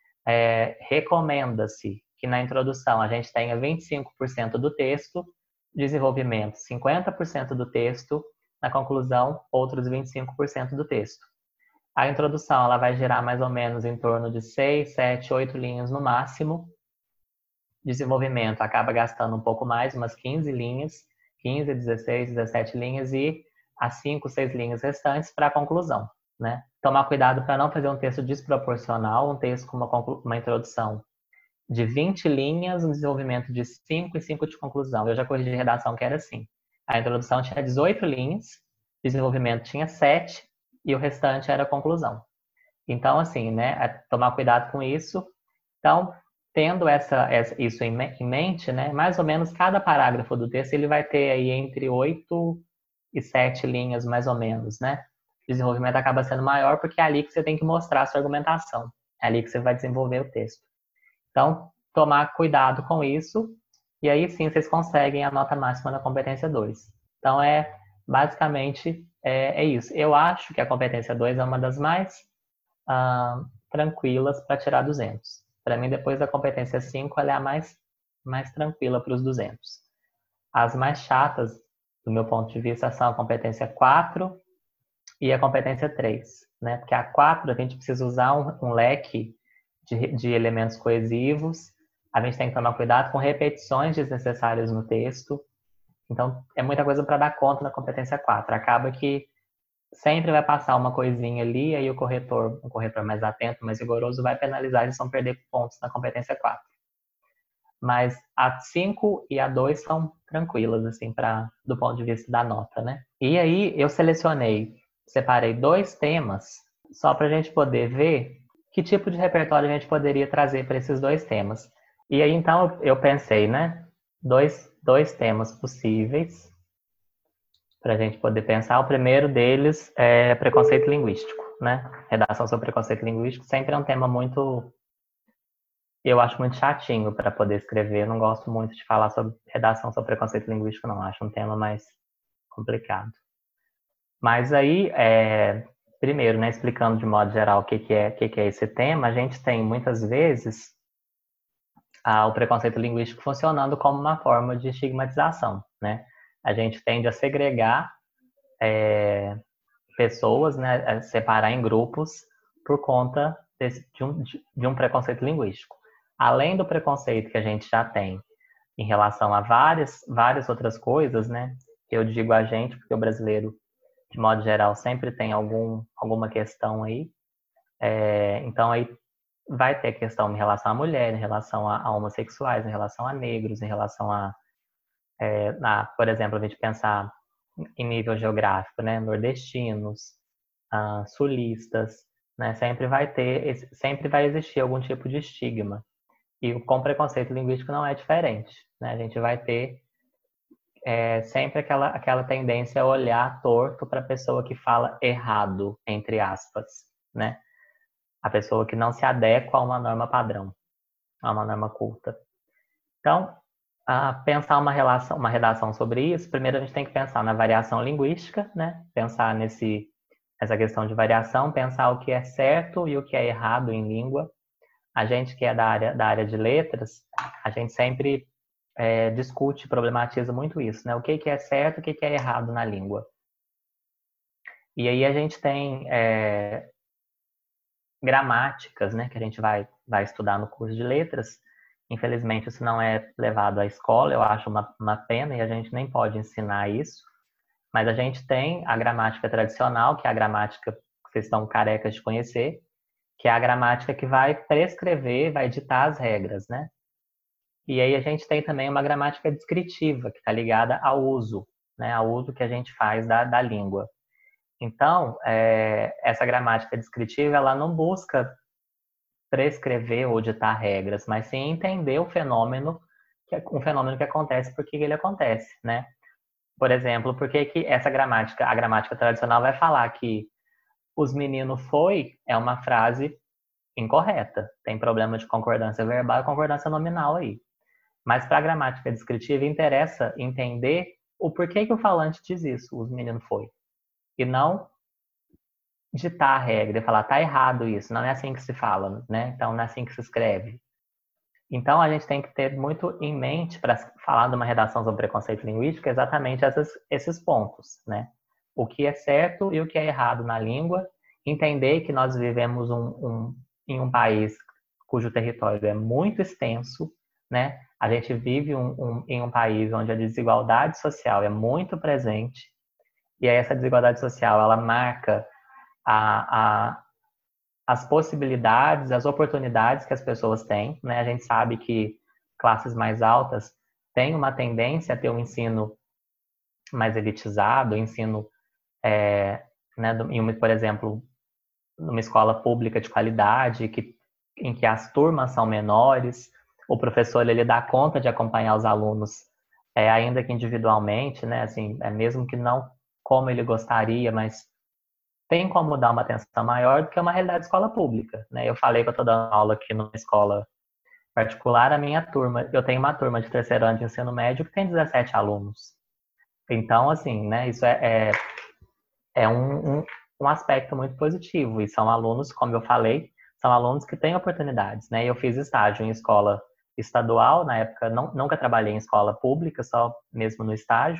Recomenda-se que na introdução a gente tenha 25% do texto, desenvolvimento 50% do texto na conclusão, outros 25% do texto. A introdução ela vai gerar mais ou menos em torno de 6, 7, 8 linhas no máximo. Desenvolvimento acaba gastando um pouco mais, umas 15 linhas, 15, 16, 17 linhas e as 5, 6 linhas restantes para a conclusão, né? Tomar cuidado para não fazer um texto desproporcional, um texto com uma introdução de 20 linhas, um desenvolvimento de 5 e 5 de conclusão. Eu já corrigi redação que era assim. A introdução tinha 18 linhas, desenvolvimento tinha 7 e o restante era conclusão. Então, assim, né, tomar cuidado com isso. Então, tendo isso em mente, né, mais ou menos cada parágrafo do texto ele vai ter aí entre 8 e 7 linhas, mais ou menos, né? O desenvolvimento acaba sendo maior porque é ali que você tem que mostrar a sua argumentação. É ali que você vai desenvolver o texto. Então, tomar cuidado com isso e aí sim vocês conseguem a nota máxima na competência 2. Então, basicamente é isso. Eu acho que a competência 2 é uma das mais tranquilas para tirar 200. Para mim, depois da competência 5, ela é a mais tranquila para os 200. As mais chatas, do meu ponto de vista, são a competência 4 e a competência 3. Né? Porque a 4, a gente precisa usar um leque de elementos coesivos, a gente tem que tomar cuidado com repetições desnecessárias no texto. Então, é muita coisa para dar conta na competência 4. Acaba que sempre vai passar uma coisinha ali, aí o corretor mais atento, mais rigoroso, vai penalizar, eles vão perder pontos na competência 4. Mas a 5 e a 2 são tranquilas, assim, do ponto de vista da nota, né? E aí eu separei 2 temas, só para a gente poder ver que tipo de repertório a gente poderia trazer para esses 2 temas. E aí, então, eu pensei, né? Dois temas possíveis para a gente poder pensar. O primeiro deles é preconceito linguístico, né? Redação sobre preconceito linguístico sempre é um tema eu acho muito chatinho para poder escrever. Eu não gosto muito de falar sobre redação sobre preconceito linguístico, não. Acho um tema mais complicado. Mas aí, primeiro, né, explicando de modo geral o que é esse tema, a gente tem muitas vezes o preconceito linguístico funcionando como uma forma de estigmatização, né? A gente tende a segregar pessoas, né, a separar em grupos por conta de um preconceito linguístico. Além do preconceito que a gente já tem em relação a várias outras coisas, né? Eu digo a gente, porque o brasileiro, de modo geral, sempre tem alguma questão aí. Então, aí vai ter questão em relação à mulher, em relação a homossexuais, em relação a negros, em relação por exemplo, a gente pensar em nível geográfico, né? Nordestinos, sulistas, né? Sempre vai existir algum tipo de estigma. E com preconceito linguístico não é diferente, né? A gente vai ter sempre aquela tendência a olhar torto para a pessoa que fala errado, entre aspas, né? A pessoa que não se adequa a uma norma padrão, a uma norma culta. Então, pensar uma redação sobre isso, primeiro a gente tem que pensar na variação linguística, né? Pensar nessa questão de variação, pensar o que é certo e o que é errado em língua. A gente que é da área de letras, a gente sempre discute, problematiza muito isso, né? O que é certo e o que é errado na língua. E aí a gente tem gramáticas, né? Que a gente vai estudar no curso de letras. Infelizmente, isso não é levado à escola, eu acho uma pena, e a gente nem pode ensinar isso. Mas a gente tem a gramática tradicional, que é a gramática que vocês estão carecas de conhecer, que é a gramática que vai prescrever, vai ditar as regras, né? E aí a gente tem também uma gramática descritiva, que está ligada ao uso, né? Ao uso que a gente faz da língua. Então, essa gramática descritiva, ela não busca prescrever ou ditar regras, mas sim entender o fenômeno, que é um fenômeno que acontece, por que ele acontece, né? Por exemplo, por que a gramática tradicional vai falar que os meninos foi é uma frase incorreta. Tem problema de concordância verbal e concordância nominal aí. Mas para a gramática descritiva interessa entender o porquê que o falante diz isso, os meninos foi. E não ditar a regra e falar, tá errado isso, não é assim que se fala, né? Então não é assim que se escreve. Então a gente tem que ter muito em mente para falar de uma redação sobre preconceito linguístico exatamente esses pontos, né? o que é certo e o que é errado na língua, entender que nós vivemos em um país cujo território é muito extenso, né? A gente vive em um país onde a desigualdade social é muito presente, e aí essa desigualdade social, ela marca a, as possibilidades, as oportunidades que as pessoas têm, né? A gente sabe que classes mais altas têm uma tendência a ter um ensino mais elitizado, ensino, né, por exemplo, numa escola pública de qualidade, em que as turmas são menores, o professor ele dá conta de acompanhar os alunos, ainda que individualmente, né, assim, mesmo que não como ele gostaria, mas tem como dar uma atenção maior do que uma realidade de escola pública, né? Eu falei que eu estou dando aula aqui numa escola particular, a minha turma, eu tenho uma turma de terceiro ano de ensino médio que tem 17 alunos. Então, assim, né, isso é um aspecto muito positivo. E são alunos, como eu falei, são alunos que têm oportunidades, né? Eu fiz estágio em escola estadual, na época nunca trabalhei em escola pública, só mesmo no estágio.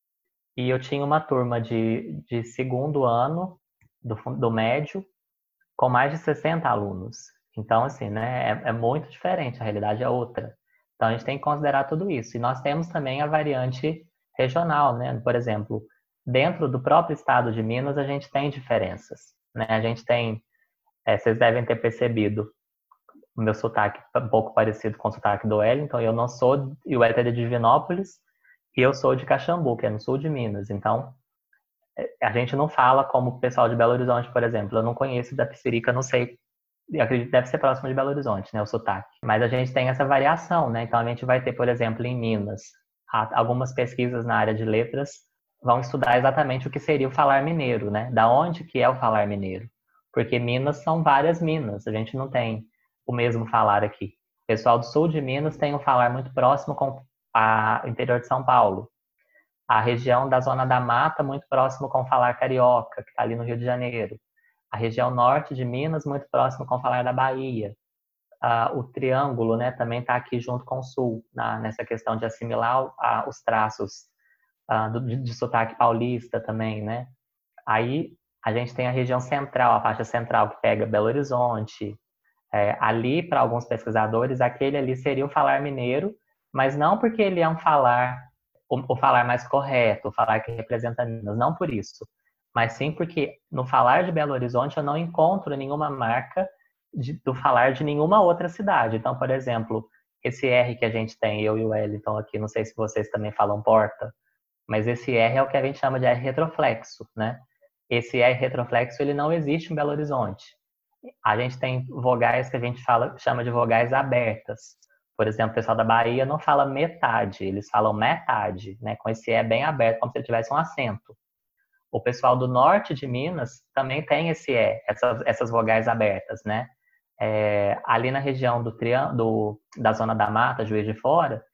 E eu tinha uma turma de segundo ano do médio com mais de 60 alunos. Então, assim, né, é muito diferente, a realidade é outra. Então, a gente tem que considerar tudo isso. E nós temos também a variante regional, né? Por exemplo, dentro do próprio estado de Minas, a gente tem diferenças, né? A gente tem, vocês devem ter percebido o meu sotaque um pouco parecido com o sotaque do Wellington. Eu não sou, e o Wellington é de Divinópolis, e eu sou de Caxambu, que é no sul de Minas. Então, a gente não fala como o pessoal de Belo Horizonte, por exemplo. Eu não conheço da Pissirica, não sei. Eu acredito que deve ser próximo de Belo Horizonte, né, o sotaque. Mas a gente tem essa variação, né? Então a gente vai ter, por exemplo, em Minas, algumas pesquisas na área de letras vão estudar exatamente o que seria o falar mineiro, né? Da onde que é o falar mineiro? Porque Minas são várias minas. A gente não tem o mesmo falar aqui. O pessoal do sul de Minas tem um falar muito próximo com o interior de São Paulo. A região da Zona da Mata, muito próximo com o falar carioca, que está ali no Rio de Janeiro. A região norte de Minas, muito próximo com o falar da Bahia. O Triângulo, né, também está aqui junto com o Sul, nessa questão de assimilar os traços de sotaque paulista também, né? Aí a gente tem a região central, a faixa central, que pega Belo Horizonte. Ali, para alguns pesquisadores, aquele ali seria o falar mineiro, mas não porque ele é um falar, o falar mais correto, o falar que representa Minas, não por isso, mas sim porque no falar de Belo Horizonte eu não encontro nenhuma marca do falar de nenhuma outra cidade. Então, por exemplo, esse R que a gente tem, eu e o Wellington aqui, não sei se vocês também falam porta, mas esse R é o que a gente chama de R retroflexo, né? Esse R retroflexo, ele não existe em Belo Horizonte. A gente tem vogais que a gente chama de vogais abertas. Por exemplo, o pessoal da Bahia não fala metade, eles falam metade, né? Com esse E bem aberto, como se ele tivesse um acento. O pessoal do norte de Minas também tem esse E, essas vogais abertas, né? Ali na região da Zona da Mata, Juiz de Fora,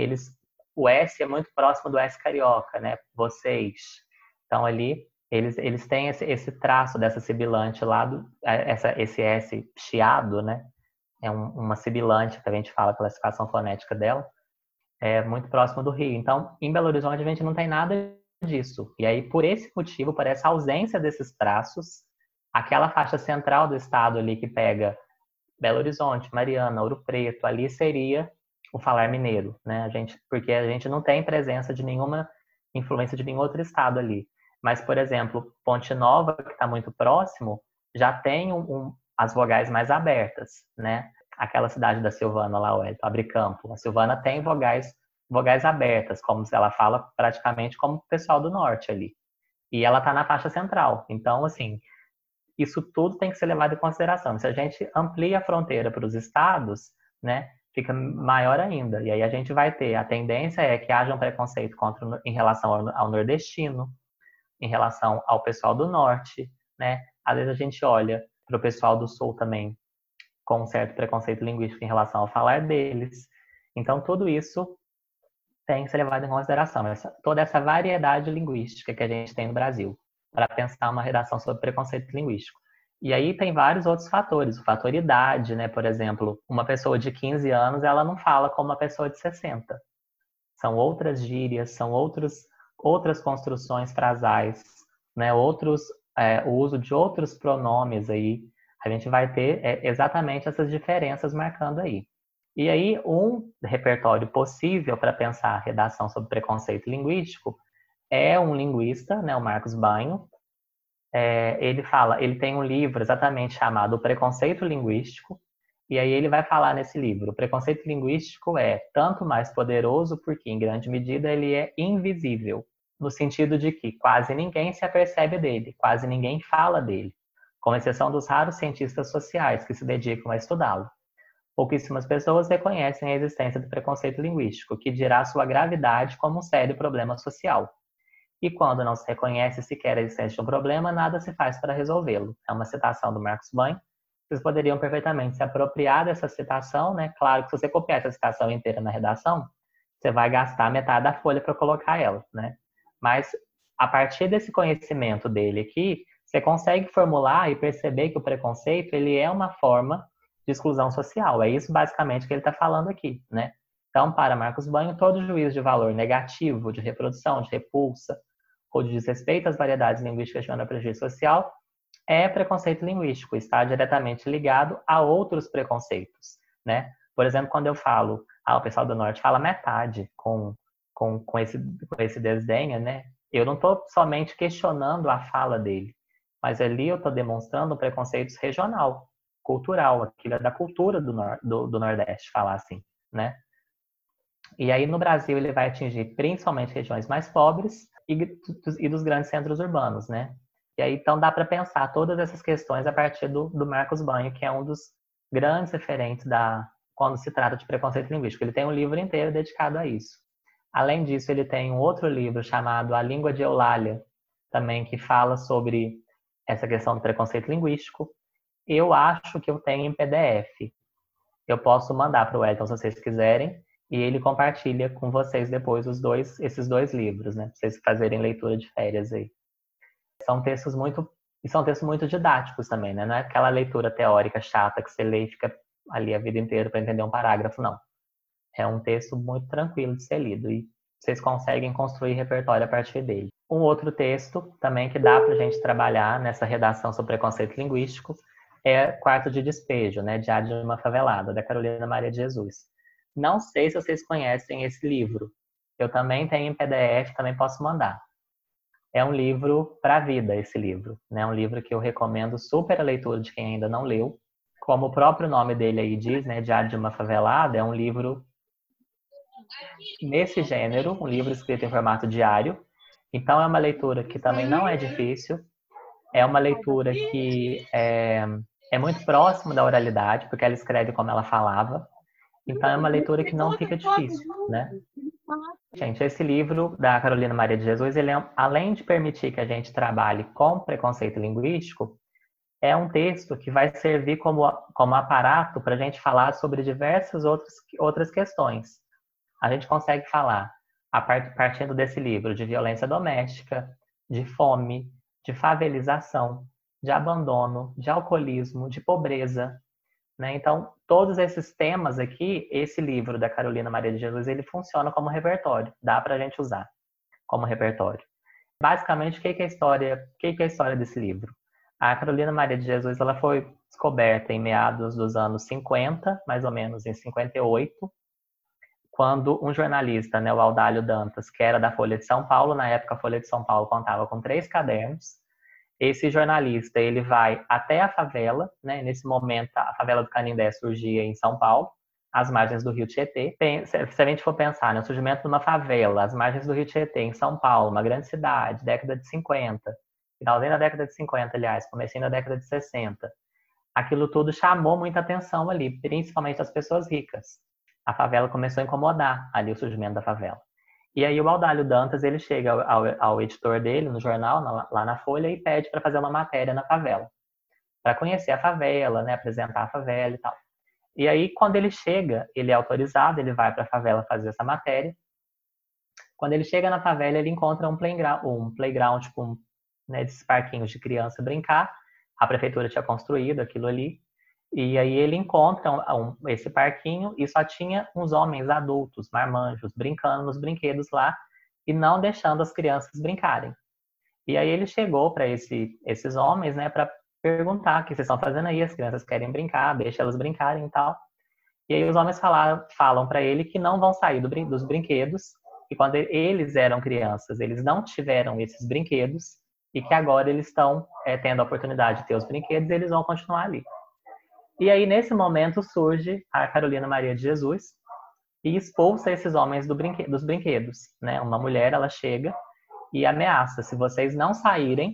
o S é muito próximo do S carioca, né? Vocês. Então ali eles têm esse traço dessa sibilante lá, esse S chiado, né? É uma sibilante que a gente fala, a classificação fonética dela, é muito próximo do Rio. Então, em Belo Horizonte, a gente não tem nada disso. E aí, por esse motivo, por essa ausência desses traços, aquela faixa central do estado ali que pega Belo Horizonte, Mariana, Ouro Preto, ali seria o falar mineiro, né? Porque a gente não tem presença de nenhuma influência de nenhum outro estado ali. Mas, por exemplo, Ponte Nova, que está muito próximo, já tem as vogais mais abertas, né? Aquela cidade da Silvana lá, o Abricampo, a Silvana tem vogais abertas, como se ela fala praticamente como o pessoal do norte ali. E ela está na faixa central. Então, assim, isso tudo tem que ser levado em consideração. Se a gente amplia a fronteira para os estados, né, fica maior ainda. E aí a gente vai ter, a tendência é que haja um preconceito em relação ao nordestino, em relação ao pessoal do norte, né? Às vezes a gente olha para o pessoal do sul também com um certo preconceito linguístico em relação ao falar deles. Então, tudo isso tem que ser levado em consideração, toda essa variedade linguística que a gente tem no Brasil, para pensar uma redação sobre preconceito linguístico. E aí tem vários outros fatores, o fator idade, né? Por exemplo, uma pessoa de 15 anos, ela não fala como uma pessoa de 60. São outras gírias, são outras construções frasais, né, o uso de outros pronomes aí, a gente vai ter exatamente essas diferenças marcando aí. E aí, um repertório possível para pensar a redação sobre preconceito linguístico é um linguista, né, o Marcos Banho. Ele tem um livro exatamente chamado O Preconceito Linguístico, e aí ele vai falar nesse livro: o preconceito linguístico é tanto mais poderoso porque, em grande medida, ele é invisível, no sentido de que quase ninguém se apercebe dele, quase ninguém fala dele, com exceção dos raros cientistas sociais que se dedicam a estudá-lo. Pouquíssimas pessoas reconhecem a existência do preconceito linguístico, que dirá sua gravidade como um sério problema social. E quando não se reconhece sequer a existência de um problema, nada se faz para resolvê-lo. É uma citação do Marcos Banho. Vocês poderiam perfeitamente se apropriar dessa citação, né? Claro que se você copiar essa citação inteira na redação, você vai gastar metade da folha para colocar ela, né? Mas a partir desse conhecimento dele aqui, você consegue formular e perceber que o preconceito ele é uma forma de exclusão social. É isso basicamente que ele está falando aqui, né? Então, para Marcos Banho, todo juízo de valor negativo, de reprodução, de repulsa, ou de desrespeito às variedades linguísticas de menor prejuízo social, é preconceito linguístico, está diretamente ligado a outros preconceitos, né? Por exemplo, quando eu falo, o pessoal do Norte fala metade com esse desdenho, né? Eu não estou somente questionando a fala dele, mas ali eu estou demonstrando um preconceito regional, cultural, aquilo é da cultura do Nordeste, falar assim, né? E aí no Brasil ele vai atingir principalmente regiões mais pobres e dos grandes centros urbanos, né? E aí então dá para pensar todas essas questões a partir do Marcos Banho, que é um dos grandes referentes quando se trata de preconceito linguístico. Ele tem um livro inteiro dedicado a isso. Além disso, ele tem um outro livro chamado A Língua de Eulália, também que fala sobre essa questão do preconceito linguístico. Eu acho que eu tenho em PDF. Eu posso mandar para o Wellington se vocês quiserem, e ele compartilha com vocês depois esses dois livros, né? Para vocês fazerem leitura de férias aí. São textos muito didáticos também, né? Não é aquela leitura teórica chata que você lê e fica ali a vida inteira para entender um parágrafo, não. É um texto muito tranquilo de ser lido e vocês conseguem construir repertório a partir dele. Um outro texto também que dá para a gente trabalhar nessa redação sobre preconceito linguístico é Quarto de Despejo, né? Diário de uma Favelada, da Carolina Maria de Jesus. Não sei se vocês conhecem esse livro. Eu também tenho em PDF, também posso mandar. É um livro para a vida, esse livro. É um livro que eu recomendo super a leitura de quem ainda não leu. Como o próprio nome dele aí diz, né? Diário de uma Favelada, é um livro nesse gênero, um livro escrito em formato diário. Então é uma leitura que também não é difícil. É uma leitura que é muito próxima da oralidade, porque ela escreve como ela falava. Então é uma leitura que não fica difícil, né? Gente, esse livro da Carolina Maria de Jesus, ele além de permitir que a gente trabalhe com preconceito linguístico, é um texto que vai servir como aparato para a gente falar sobre diversas outras questões. A gente consegue falar, partindo desse livro, de violência doméstica, de fome, de favelização, de abandono, de alcoolismo, de pobreza, né? Então, todos esses temas aqui, esse livro da Carolina Maria de Jesus, ele funciona como repertório. Dá para a gente usar como repertório. Basicamente, o que é a história desse livro? A Carolina Maria de Jesus ela foi descoberta em meados dos anos 50, mais ou menos em 58, quando um jornalista, né, o Audálio Dantas, que era da Folha de São Paulo, na época a Folha de São Paulo contava com 3 cadernos. Esse jornalista ele vai até a favela, né? Nesse momento a favela do Canindé surgia em São Paulo, às margens do Rio Tietê. Se a gente for pensar, né, o surgimento de uma favela às margens do Rio Tietê, em São Paulo, uma grande cidade, década de 50, finalzinho da década de 50, aliás, comecinho da década de 60, aquilo tudo chamou muita atenção ali, principalmente as pessoas ricas. A favela começou a incomodar ali o surgimento da favela. E aí o Audálio Dantas, ele chega ao editor dele, no jornal, lá na Folha, e pede para fazer uma matéria na favela. Para conhecer a favela, né, apresentar a favela e tal. E aí, quando ele chega, ele é autorizado, ele vai para a favela fazer essa matéria. Quando ele chega na favela, ele encontra um playground tipo, né, desses parquinhos de criança brincar. A prefeitura tinha construído aquilo ali. E aí ele encontra esse parquinho e só tinha uns homens adultos, marmanjos, brincando nos brinquedos lá e não deixando as crianças brincarem. E aí ele chegou para esses homens, né, para perguntar o que vocês estão fazendo aí, as crianças querem brincar, deixa elas brincarem e tal. E aí os homens falam para ele que não vão sair dos brinquedos, e quando eles eram crianças, eles não tiveram esses brinquedos, e que agora eles estão tendo a oportunidade de ter os brinquedos e eles vão continuar ali. E aí, nesse momento, surge a Carolina Maria de Jesus e expulsa esses homens dos brinquedos. Né? Uma mulher, ela chega e ameaça, se vocês não saírem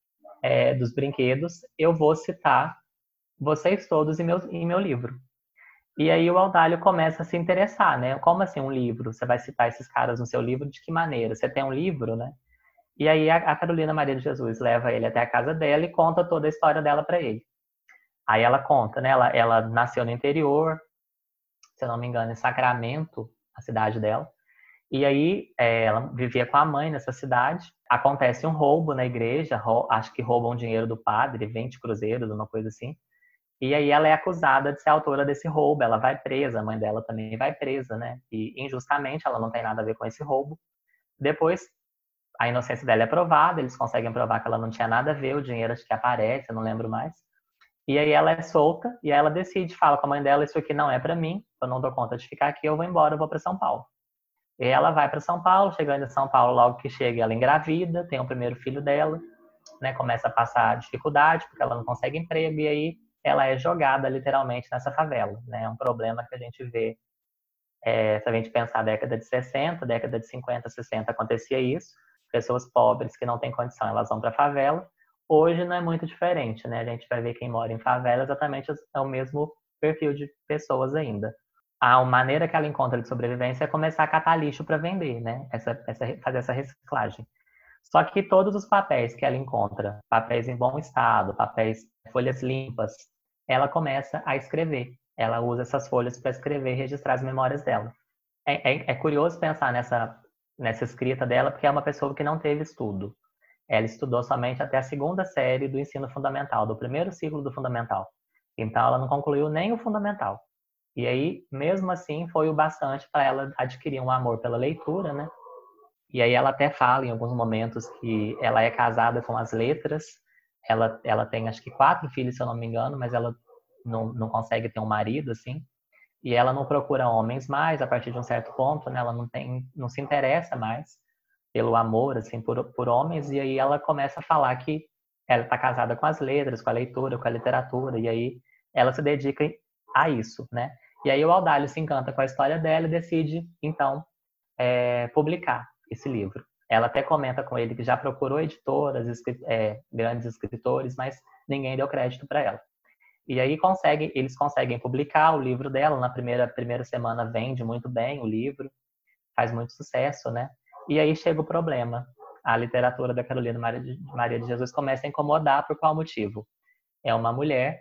dos brinquedos, eu vou citar vocês todos em meu livro. E aí o Audálio começa a se interessar, né? Como assim um livro? Você vai citar esses caras no seu livro? De que maneira? Você tem um livro, né? E aí a Carolina Maria de Jesus leva ele até a casa dela e conta toda a história dela para ele. Aí ela conta, né? Ela nasceu no interior, se eu não me engano, em Sacramento, a cidade dela. E aí ela vivia com a mãe nessa cidade. Acontece um roubo na igreja, acho que roubam dinheiro do padre, 20 cruzeiros, uma coisa assim. E aí ela é acusada de ser autora desse roubo, ela vai presa, a mãe dela também vai presa, né? E injustamente ela não tem nada a ver com esse roubo. Depois, a inocência dela é provada, eles conseguem provar que ela não tinha nada a ver, o dinheiro acho que aparece, eu não lembro mais. E aí ela é solta, e aí ela decide, fala com a mãe dela, isso aqui não é para mim, eu não dou conta de ficar aqui, eu vou embora, eu vou para São Paulo. E ela vai para São Paulo, chegando em São Paulo, logo que chega, ela engravida, tem o primeiro filho dela, né? Começa a passar dificuldade, porque ela não consegue emprego, e aí ela é jogada literalmente nessa favela, né? É um problema que a gente vê, se a gente pensar a década de 60, década de 50, 60, acontecia isso, pessoas pobres que não têm condição, elas vão para a favela. Hoje não é muito diferente, né? A gente vai ver quem mora em favela exatamente é o mesmo perfil de pessoas ainda. A maneira que ela encontra de sobrevivência é começar a catar lixo para vender, né? Fazer essa reciclagem. Só que todos os papéis que ela encontra, papéis em bom estado, papéis, folhas limpas, ela começa a escrever. Ela usa essas folhas para escrever e registrar as memórias dela. É curioso pensar nessa escrita dela, porque é uma pessoa que não teve estudo. Ela estudou somente até a segunda série do ensino fundamental, do primeiro ciclo do fundamental. Então, ela não concluiu nem o fundamental. E aí, mesmo assim, foi o bastante para ela adquirir um amor pela leitura, né? E aí ela até fala em alguns momentos que ela é casada com as letras, ela tem acho que 4 filhos, se eu não me engano, mas ela não consegue ter um marido, assim. E ela não procura homens mais, a partir de um certo ponto, né? Ela não se interessa mais pelo amor, assim, por homens. E aí ela começa a falar que ela está casada com as letras, com a leitura, com a literatura. E aí ela se dedica a isso, né? E aí o Audálio se encanta com a história dela e decide, então, publicar esse livro. Ela até comenta com ele que já procurou editoras, grandes escritores, mas ninguém deu crédito para ela. E aí eles conseguem publicar o livro dela. Na primeira semana vende muito bem o livro, faz muito sucesso, né? E aí chega o problema. A literatura da Carolina Maria de Jesus começa a incomodar por qual motivo? É uma mulher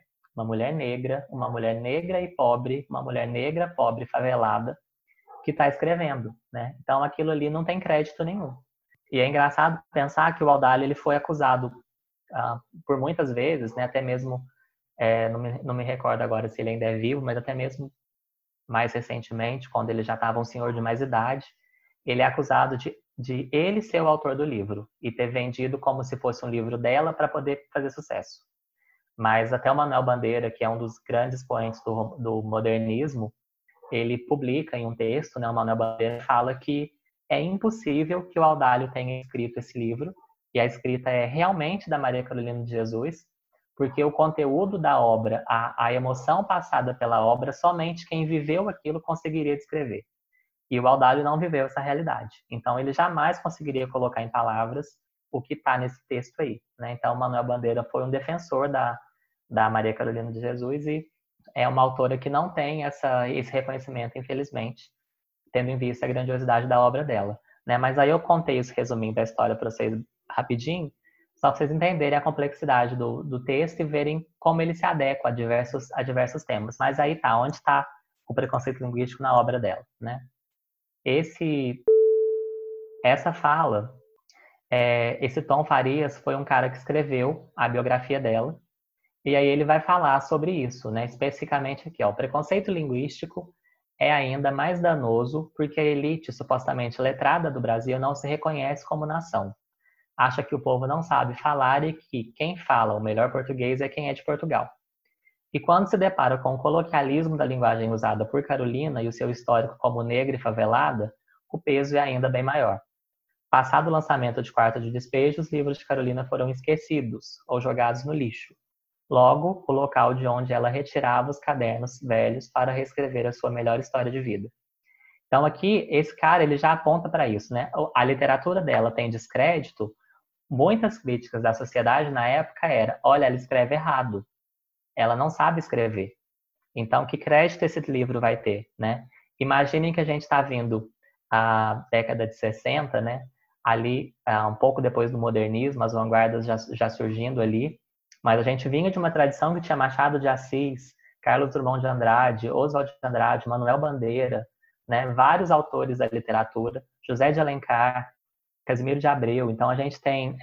negra e pobre, uma mulher negra, pobre, favelada, que está escrevendo, né? Então aquilo ali não tem crédito nenhum. E é engraçado pensar que o Audálio ele foi acusado por muitas vezes, né? Até mesmo não me recordo agora se ele ainda é vivo, mas até mesmo mais recentemente, quando ele já estava um senhor de mais idade, ele é acusado de ele ser o autor do livro e ter vendido como se fosse um livro dela para poder fazer sucesso. Mas até o Manuel Bandeira, que é um dos grandes expoentes do modernismo, ele publica em um texto, né, o Manuel Bandeira fala que é impossível que o Audálio tenha escrito esse livro, e a escrita é realmente da Maria Carolina de Jesus, porque o conteúdo da obra, a emoção passada pela obra, somente quem viveu aquilo conseguiria descrever. E o Audálio não viveu essa realidade. Então, ele jamais conseguiria colocar em palavras o que está nesse texto aí. Né? Então, o Manuel Bandeira foi um defensor da Maria Carolina de Jesus e é uma autora que não tem esse reconhecimento, infelizmente, tendo em vista a grandiosidade da obra dela. Né? Mas aí eu contei esse resuminho da história para vocês rapidinho, só para vocês entenderem a complexidade do texto e verem como ele se adequa a diversos temas. Mas aí tá, onde está o preconceito linguístico na obra dela. Né? Essa fala, esse Tom Farias foi um cara que escreveu a biografia dela, e aí ele vai falar sobre isso, né? Especificamente aqui, ó, o preconceito linguístico é ainda mais danoso porque a elite supostamente letrada do Brasil não se reconhece como nação. acha que o povo não sabe falar e que quem fala o melhor português é quem é de Portugal. E quando se depara com o coloquialismo da linguagem usada por Carolina e o seu histórico como negra e favelada, o peso é ainda bem maior. Passado o lançamento de Quarto de Despejo, os livros de Carolina foram esquecidos ou jogados no lixo. Logo, o local de onde ela retirava os cadernos velhos para reescrever a sua melhor história de vida. Então aqui, esse cara, ele já aponta para isso, né? A literatura dela tem descrédito. Muitas críticas da sociedade na época era, olha, ela escreve errado. Ela não sabe escrever. Então, que crédito esse livro vai ter, né? Imaginem que a gente está vindo a década de 60, né? Ali, um pouco depois do modernismo, as vanguardas já surgindo ali, mas a gente vinha de uma tradição que tinha Machado de Assis, Carlos Drummond de Andrade, Oswald de Andrade, Manuel Bandeira, né? Vários autores da literatura, José de Alencar, Casimiro de Abreu. Então, a gente tem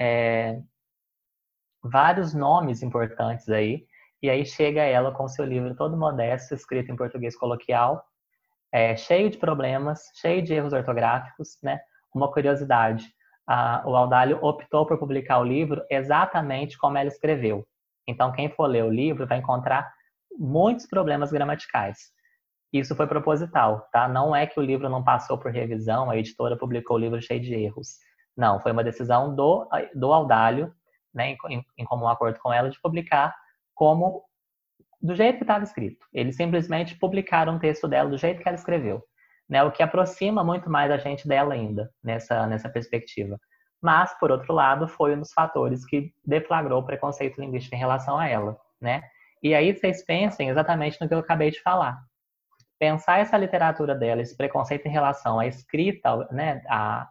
vários nomes importantes aí, e aí chega ela com seu livro todo modesto, escrito em português coloquial, cheio de problemas, cheio de erros ortográficos, né? Uma curiosidade, o Audálio optou por publicar o livro exatamente como ela escreveu. Então, quem for ler o livro vai encontrar muitos problemas gramaticais. Isso foi proposital, tá? Não é que o livro não passou por revisão, a editora publicou o livro cheio de erros. Não, foi uma decisão do Audálio, né, em comum acordo com ela, de publicar como do jeito que estava escrito. Eles simplesmente publicaram o texto dela do jeito que ela escreveu, né? O que aproxima muito mais a gente dela ainda, nessa perspectiva. Mas, por outro lado, foi um dos fatores que deflagrou o preconceito linguístico em relação a ela, né? E aí vocês pensem exatamente no que eu acabei de falar. Pensar essa literatura dela, esse preconceito em relação à escrita, né,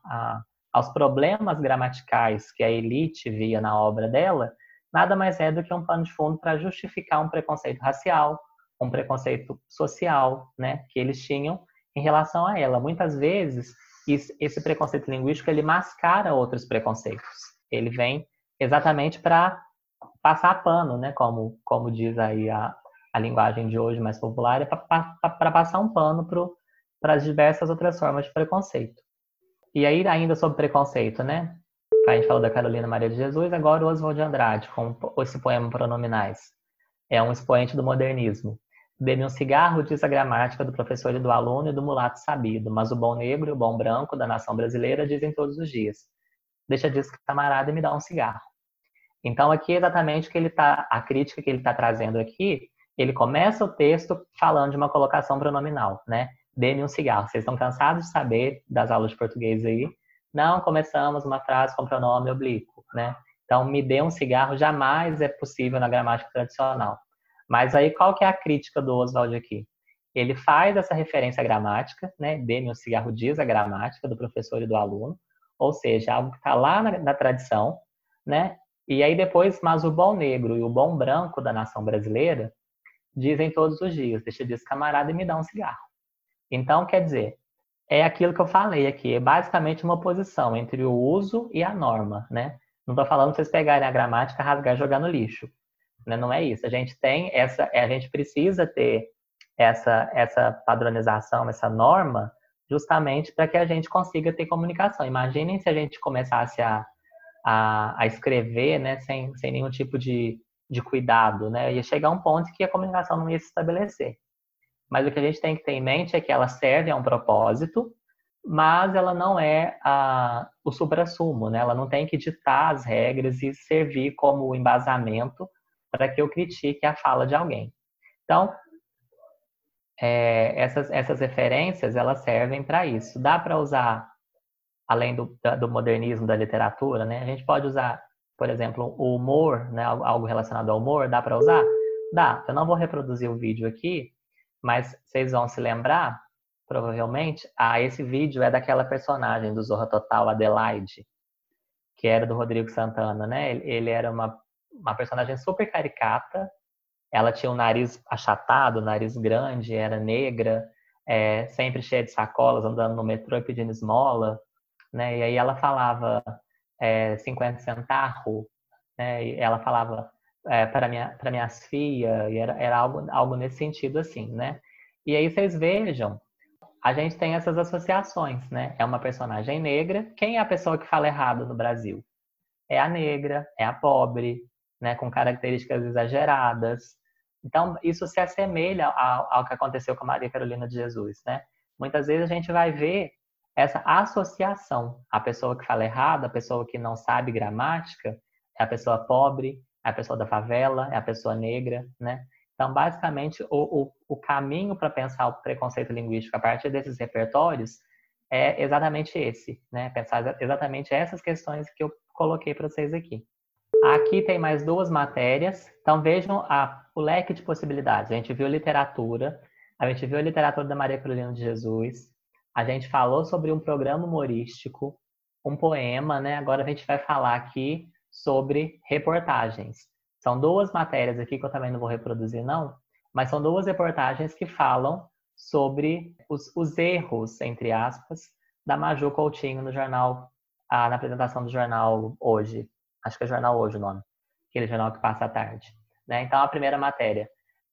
aos problemas gramaticais que a elite via na obra dela, nada mais é do que um pano de fundo para justificar um preconceito racial, um preconceito social, né, que eles tinham em relação a ela. Muitas vezes, esse preconceito linguístico, ele mascara outros preconceitos. Ele vem exatamente para passar pano, né, como diz aí a linguagem de hoje mais popular, é para passar um pano para as diversas outras formas de preconceito. E aí, ainda sobre preconceito, né? A gente falou da Carolina Maria de Jesus, agora o Oswald de Andrade, com esse poema Pronominais. É um expoente do modernismo. Dê-me um cigarro, diz a gramática do professor e do aluno e do mulato sabido, mas o bom negro e o bom branco da nação brasileira dizem todos os dias. Deixa disso, camarada, e me dá um cigarro. Então, aqui exatamente a crítica que ele está trazendo aqui, ele começa o texto falando de uma colocação pronominal, né? Dê-me um cigarro. Vocês estão cansados de saber das aulas de português aí? Não começamos uma frase com pronome oblíquo, né? Então, me dê um cigarro jamais é possível na gramática tradicional. Mas aí, qual que é a crítica do Oswald aqui? Ele faz essa referência à gramática, né? Dê-me um cigarro diz a gramática do professor e do aluno, ou seja, algo que está lá na tradição, né? E aí depois, mas o bom negro e o bom branco da nação brasileira dizem todos os dias, deixa disso, camarada, e me dá um cigarro. Então, quer dizer, é aquilo que eu falei aqui, é basicamente uma oposição entre o uso e a norma, né? Não estou falando para vocês pegarem a gramática, rasgar e jogar no lixo, né? Não é isso. A gente tem a gente precisa ter essa padronização, essa norma, justamente para que a gente consiga ter comunicação. Imaginem se a gente começasse a escrever, né, sem nenhum tipo de cuidado, né? Ia chegar um ponto que a comunicação não ia se estabelecer. Mas o que a gente tem que ter em mente é que ela serve a um propósito, mas ela não é o suprassumo, né? Ela não tem que ditar as regras e servir como embasamento para que eu critique a fala de alguém. Então, essas referências, elas servem para isso. Dá para usar, além do modernismo da literatura, né? A gente pode usar, por exemplo, o humor, né? Algo relacionado ao humor, dá para usar? Dá. Eu não vou reproduzir o vídeo aqui, mas vocês vão se lembrar, provavelmente, esse vídeo é daquela personagem do Zorra Total, Adelaide, que era do Rodrigo Santana, né? Ele era uma personagem super caricata, ela tinha um nariz achatado, nariz grande, era negra, sempre cheia de sacolas, andando no metrô e pedindo esmola, né? E aí ela falava 50 centavos, né? E ela falava para minhas filhas, e era algo nesse sentido assim, né? E aí vocês vejam, a gente tem essas associações, né? É uma personagem negra. Quem é a pessoa que fala errado no Brasil? é a negra, é a pobre, né, com características exageradas. Então, isso se assemelha ao que aconteceu com a Maria Carolina de Jesus, né? Muitas vezes a gente vai ver essa associação. A pessoa que fala errado, a pessoa que não sabe gramática, é a pessoa pobre, é a pessoa da favela, é a pessoa negra, né? Então, basicamente, o caminho para pensar o preconceito linguístico a partir desses repertórios é exatamente esse, né? Pensar exatamente essas questões que eu coloquei para vocês aqui. Aqui tem mais duas matérias, então vejam o leque de possibilidades. A gente viu literatura, a gente viu a literatura da Maria Carolina de Jesus, a gente falou sobre um programa humorístico, um poema, né? Agora a gente vai falar aqui sobre reportagens. São duas matérias aqui que eu também não vou reproduzir, não, mas são duas reportagens que falam sobre os erros, entre aspas, da Maju Coutinho no jornal, na apresentação do jornal Hoje. Acho que é Jornal Hoje o nome, aquele jornal que passa à tarde. Né? Então, a primeira matéria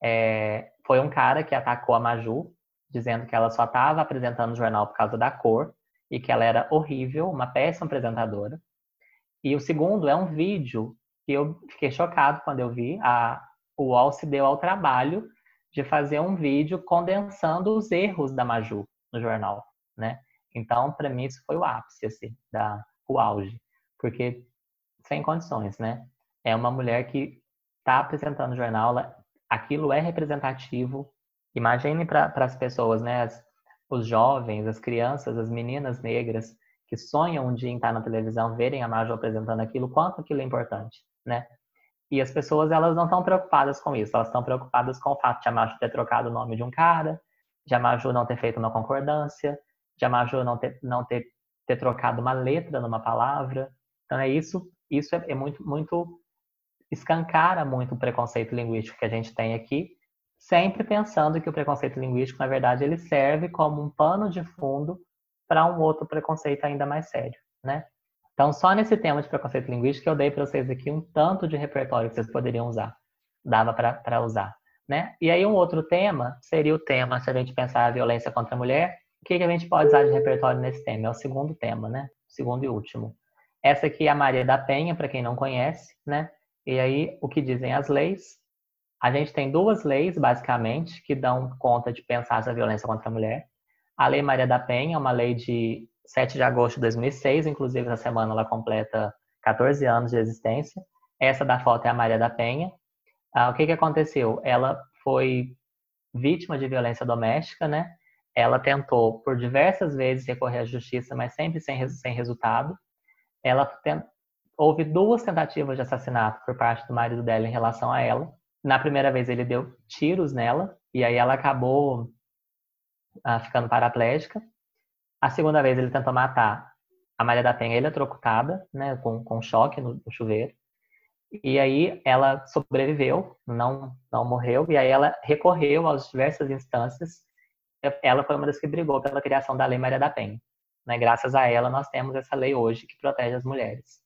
foi um cara que atacou a Maju, dizendo que ela só estava apresentando o jornal por causa da cor e que ela era horrível, uma péssima apresentadora. E o segundo é um vídeo que eu fiquei chocado quando eu vi. O UOL se deu ao trabalho de fazer um vídeo condensando os erros da Maju no jornal, né? Então, para mim, isso foi o ápice, assim, o auge. Porque sem condições, né? É uma mulher que está apresentando o jornal, aquilo é representativo. Imaginem para as pessoas, né? Os jovens, as crianças, as meninas negras que sonham um dia em estar na televisão, verem a Maju apresentando aquilo, quanto aquilo é importante, né? E as pessoas, elas não estão preocupadas com isso, elas estão preocupadas com o fato de a Maju ter trocado o nome de um cara, de a Maju não ter feito uma concordância, de a Maju não ter trocado uma letra numa palavra. Então é isso é muito escancara muito o preconceito linguístico que a gente tem aqui, sempre pensando que o preconceito linguístico, na verdade, ele serve como um pano de fundo para um outro preconceito ainda mais sério, né? Então, só nesse tema de preconceito linguístico eu dei para vocês aqui um tanto de repertório que vocês poderiam usar, dava para usar, né? E aí um outro tema seria o tema, se a gente pensar a violência contra a mulher, o que a gente pode usar de repertório nesse tema? É o segundo tema, né? Segundo e último. Essa aqui é a Maria da Penha, para quem não conhece, né? E aí, o que dizem as leis? A gente tem duas leis, basicamente, que dão conta de pensar essa violência contra a mulher. A Lei Maria da Penha é uma lei de 7 de agosto de 2006, inclusive essa semana ela completa 14 anos de existência. Essa da foto é a Maria da Penha. O que aconteceu? Ela foi vítima de violência doméstica, né? Ela tentou por diversas vezes recorrer à justiça, mas sempre sem resultado. Houve duas tentativas de assassinato por parte do marido dela em relação a ela. Na primeira vez ele deu tiros nela e aí ela acabou ficando paraplégica. A segunda vez ele tentou matar a Maria da Penha eletrocutada, né, com choque no chuveiro. E aí ela sobreviveu, não morreu, e aí ela recorreu às diversas instâncias. Ela foi uma das que brigou pela criação da Lei Maria da Penha. Né? Graças a ela nós temos essa lei hoje que protege as mulheres.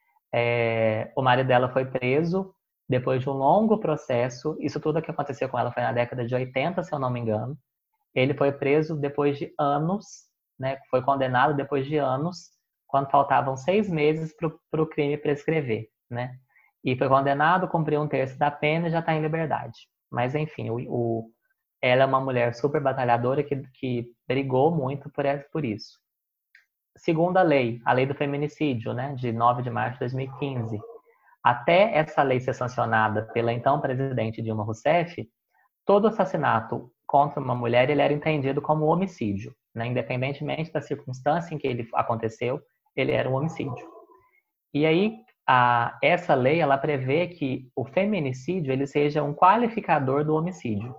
O marido dela foi preso depois de um longo processo. Isso tudo que aconteceu com ela foi na década de 80, se eu não me engano. Ele foi preso depois de anos, né? Foi condenado depois de anos, quando faltavam 6 meses para o crime prescrever, né? E foi condenado, cumpriu 1/3 da pena e já está em liberdade. Mas, enfim, ela é uma mulher super batalhadora que brigou muito por isso. Segunda lei, a lei do feminicídio, né, de 9 de março de 2015. Até essa lei ser sancionada pela então presidente Dilma Rousseff, todo assassinato contra uma mulher ele era entendido como homicídio, né? Independentemente da circunstância em que ele aconteceu, ele era um homicídio. E aí essa lei ela prevê que o feminicídio ele seja um qualificador do homicídio.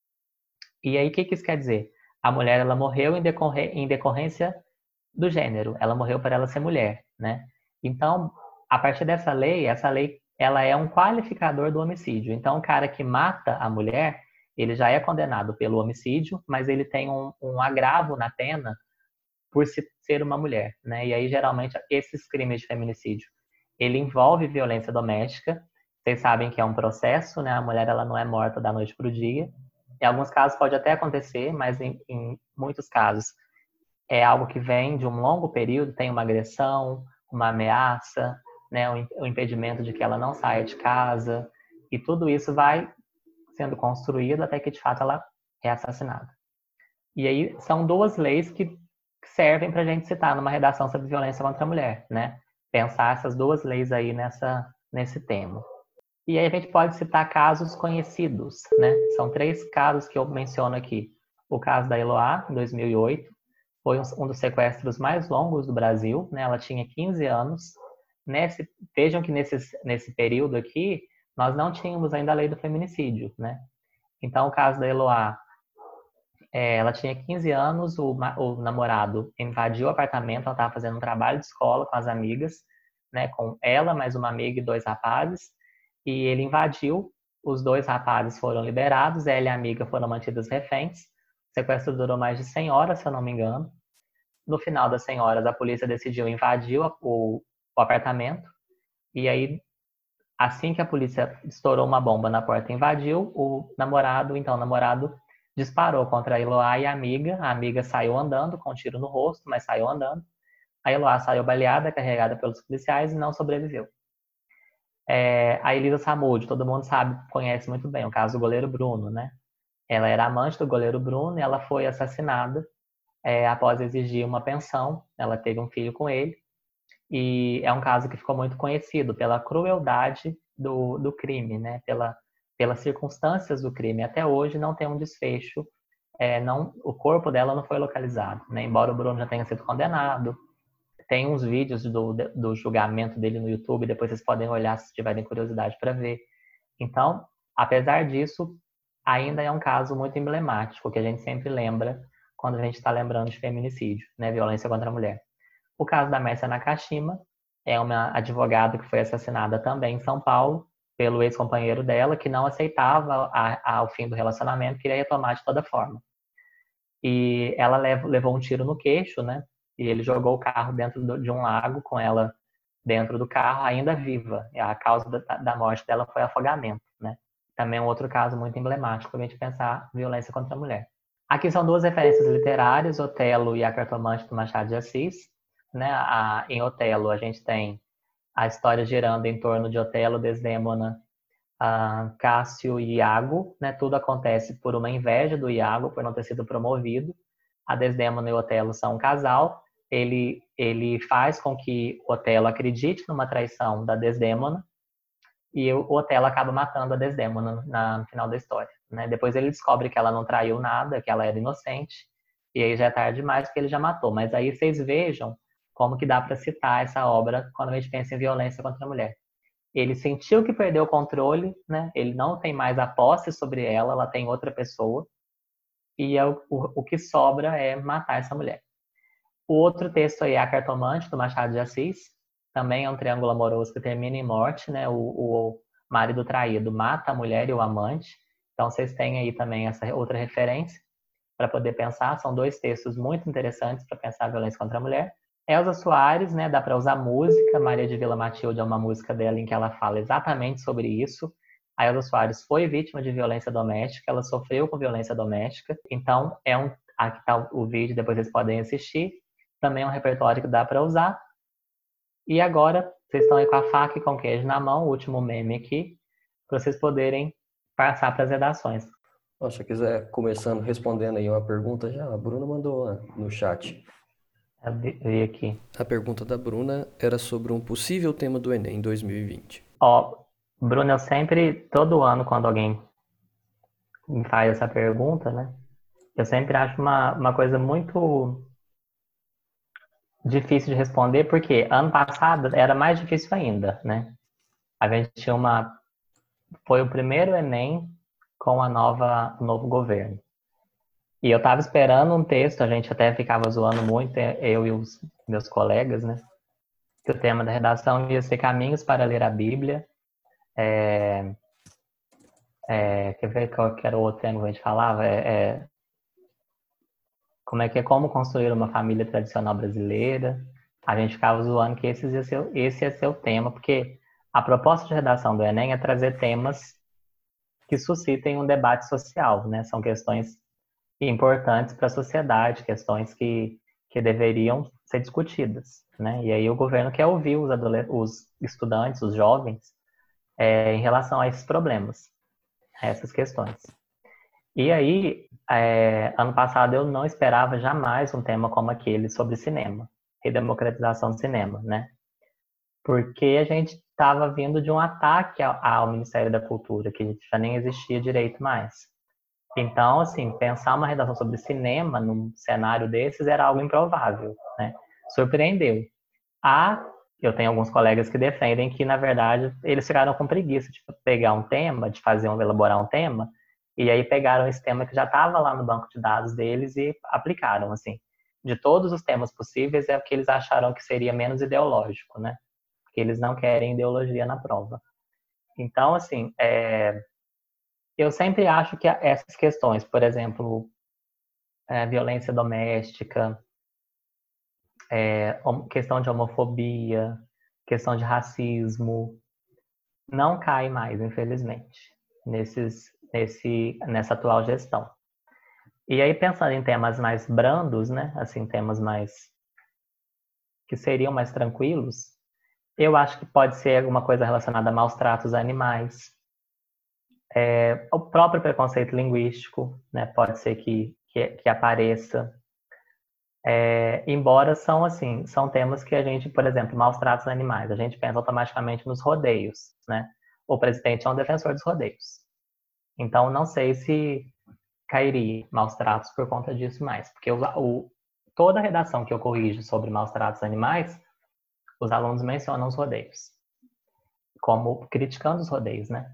E aí o que isso quer dizer? A mulher ela morreu em decorrência do gênero, ela morreu por ela ser mulher, né? Então, a partir dessa lei, essa lei ela é um qualificador do homicídio. Então, o cara que mata a mulher, ele já é condenado pelo homicídio, mas ele tem um agravo na pena por ser uma mulher, né? E aí, geralmente, esses crimes de feminicídio, ele envolve violência doméstica. Vocês sabem que é um processo, né? A mulher ela não é morta da noite para o dia. Em alguns casos pode até acontecer, mas em muitos casos é algo que vem de um longo período, tem uma agressão, uma ameaça, né, o impedimento de que ela não saia de casa, e tudo isso vai sendo construído até que, de fato, ela é assassinada. E aí são duas leis que servem para a gente citar numa redação sobre violência contra a mulher, né? Pensar essas duas leis aí nesse tema. E aí a gente pode citar casos conhecidos, né? São 3 casos que eu menciono aqui. O caso da Eloá, em 2008, foi um dos sequestros mais longos do Brasil, né? Ela tinha 15 anos. Vejam que nesse período aqui, nós não tínhamos ainda a lei do feminicídio, né? Então, o caso da Eloá, ela tinha 15 anos, o namorado invadiu o apartamento, ela estava fazendo um trabalho de escola com as amigas, né? Com ela, mais uma amiga e 2 rapazes, e ele invadiu, os 2 rapazes foram liberados, ela e a amiga foram mantidas reféns. O sequestro durou mais de 100 horas, se eu não me engano. No final das 100 horas, a polícia decidiu invadir o apartamento. E aí, assim que a polícia estourou uma bomba na porta e invadiu, o namorado disparou contra a Eloá e a amiga. A amiga saiu andando, com um tiro no rosto, mas saiu andando. A Eloá saiu baleada, carregada pelos policiais e não sobreviveu. A Elisa Samúdio, todo mundo sabe, conhece muito bem, o caso do goleiro Bruno, né? Ela era amante do goleiro Bruno e ela foi assassinada após exigir uma pensão. Ela teve um filho com ele e é um caso que ficou muito conhecido pela crueldade do crime, né? Pelas circunstâncias do crime. Até hoje não tem um desfecho, o corpo dela não foi localizado, né? Embora o Bruno já tenha sido condenado. Tem uns vídeos do julgamento dele no YouTube, depois vocês podem olhar se tiverem curiosidade para ver. Então, apesar disso, ainda é um caso muito emblemático, que a gente sempre lembra quando a gente está lembrando de feminicídio, né, violência contra a mulher. O caso da Mércia Nakashima é uma advogada que foi assassinada também em São Paulo pelo ex-companheiro dela, que não aceitava o fim do relacionamento, queria retomar de toda forma. E ela levou um tiro no queixo, né? E ele jogou o carro dentro de um lago com ela dentro do carro, ainda viva. E a causa da morte dela foi afogamento, né? Também é um outro caso muito emblemático para a gente pensar violência contra a mulher. Aqui são 2 referências literárias, Otelo e A Cartomante do Machado de Assis. Né? Em Otelo a gente tem a história girando em torno de Otelo, Desdémona, Cássio e Iago, né? Tudo acontece por uma inveja do Iago por não ter sido promovido. A Desdémona e o Otelo são um casal. Ele faz com que o Otelo acredite numa traição da Desdémona e o Otelo acaba matando a Desdémona no final da história, né? Depois ele descobre que ela não traiu nada, que ela era inocente, e aí já é tarde demais porque ele já matou. Mas aí vocês vejam como que dá para citar essa obra quando a gente pensa em violência contra a mulher. Ele sentiu que perdeu o controle, né? Ele não tem mais a posse sobre ela tem outra pessoa, e o que sobra é matar essa mulher. O outro texto aí é A Cartomante, do Machado de Assis, também é um triângulo amoroso que termina em morte, né? O marido traído mata a mulher e o amante, então vocês têm aí também essa outra referência para poder pensar, são 2 textos muito interessantes para pensar a violência contra a mulher. Elza Soares, né, dá para usar música. Maria de Vila Matilde é uma música dela em que ela fala exatamente sobre isso. A Elza Soares foi vítima de violência doméstica, ela sofreu com violência doméstica. Então, aqui está o vídeo, depois vocês podem assistir. Também é um repertório que dá para usar. E agora, vocês estão aí com a faca e com o queijo na mão, o último meme aqui, para vocês poderem passar para as redações. Se você quiser começando respondendo aí uma pergunta, já a Bruna mandou no chat. Eu vi aqui. A pergunta da Bruna era sobre um possível tema do Enem 2020. Bruno, eu sempre, todo ano, quando alguém me faz essa pergunta, né, eu sempre acho uma coisa muito difícil de responder, porque ano passado era mais difícil ainda, né? A gente tinha foi o primeiro Enem com o novo governo. E eu estava esperando um texto, a gente até ficava zoando muito, eu e os meus colegas, né? Que o tema da redação ia ser Caminhos para Ler a Bíblia. Quer ver qual que era o outro tema que a gente falava? Como construir uma família tradicional brasileira. A gente ficava zoando que esse ia ser o tema, porque a proposta de redação do Enem é trazer temas que suscitem um debate social, né? São questões importantes para a sociedade, questões que que deveriam ser discutidas, né? E aí o governo quer ouvir os estudantes, os jovens, em relação a esses problemas, a essas questões. E aí, ano passado eu não esperava jamais um tema como aquele sobre cinema, redemocratização do cinema, né? Porque a gente estava vindo de um ataque ao Ministério da Cultura, que já nem existia direito mais. Então, assim, pensar uma redação sobre cinema num cenário desses era algo improvável, né? Surpreendeu. Eu tenho alguns colegas que defendem que, na verdade, eles ficaram com preguiça de pegar um tema, de elaborar um tema, e aí pegaram esse tema que já estava lá no banco de dados deles e aplicaram, assim. De todos os temas possíveis, é o que eles acharam que seria menos ideológico, né? Porque eles não querem ideologia na prova. Então, assim, eu sempre acho que essas questões, por exemplo, violência doméstica, questão de homofobia, questão de racismo, não cai mais, infelizmente, nessa atual gestão. E aí, pensando em temas mais brandos, né, assim, temas mais que seriam mais tranquilos, eu acho que pode ser alguma coisa relacionada a maus tratos a animais, o próprio preconceito linguístico, né, pode ser que apareça. Embora são temas que a gente, por exemplo, maus tratos a animais, a gente pensa automaticamente nos rodeios, né? O presidente é um defensor dos rodeios. Então, não sei se cairia maus tratos por conta disso mais, porque toda a redação que eu corrijo sobre maus tratos a animais, os alunos mencionam os rodeios, como criticando os rodeios, né?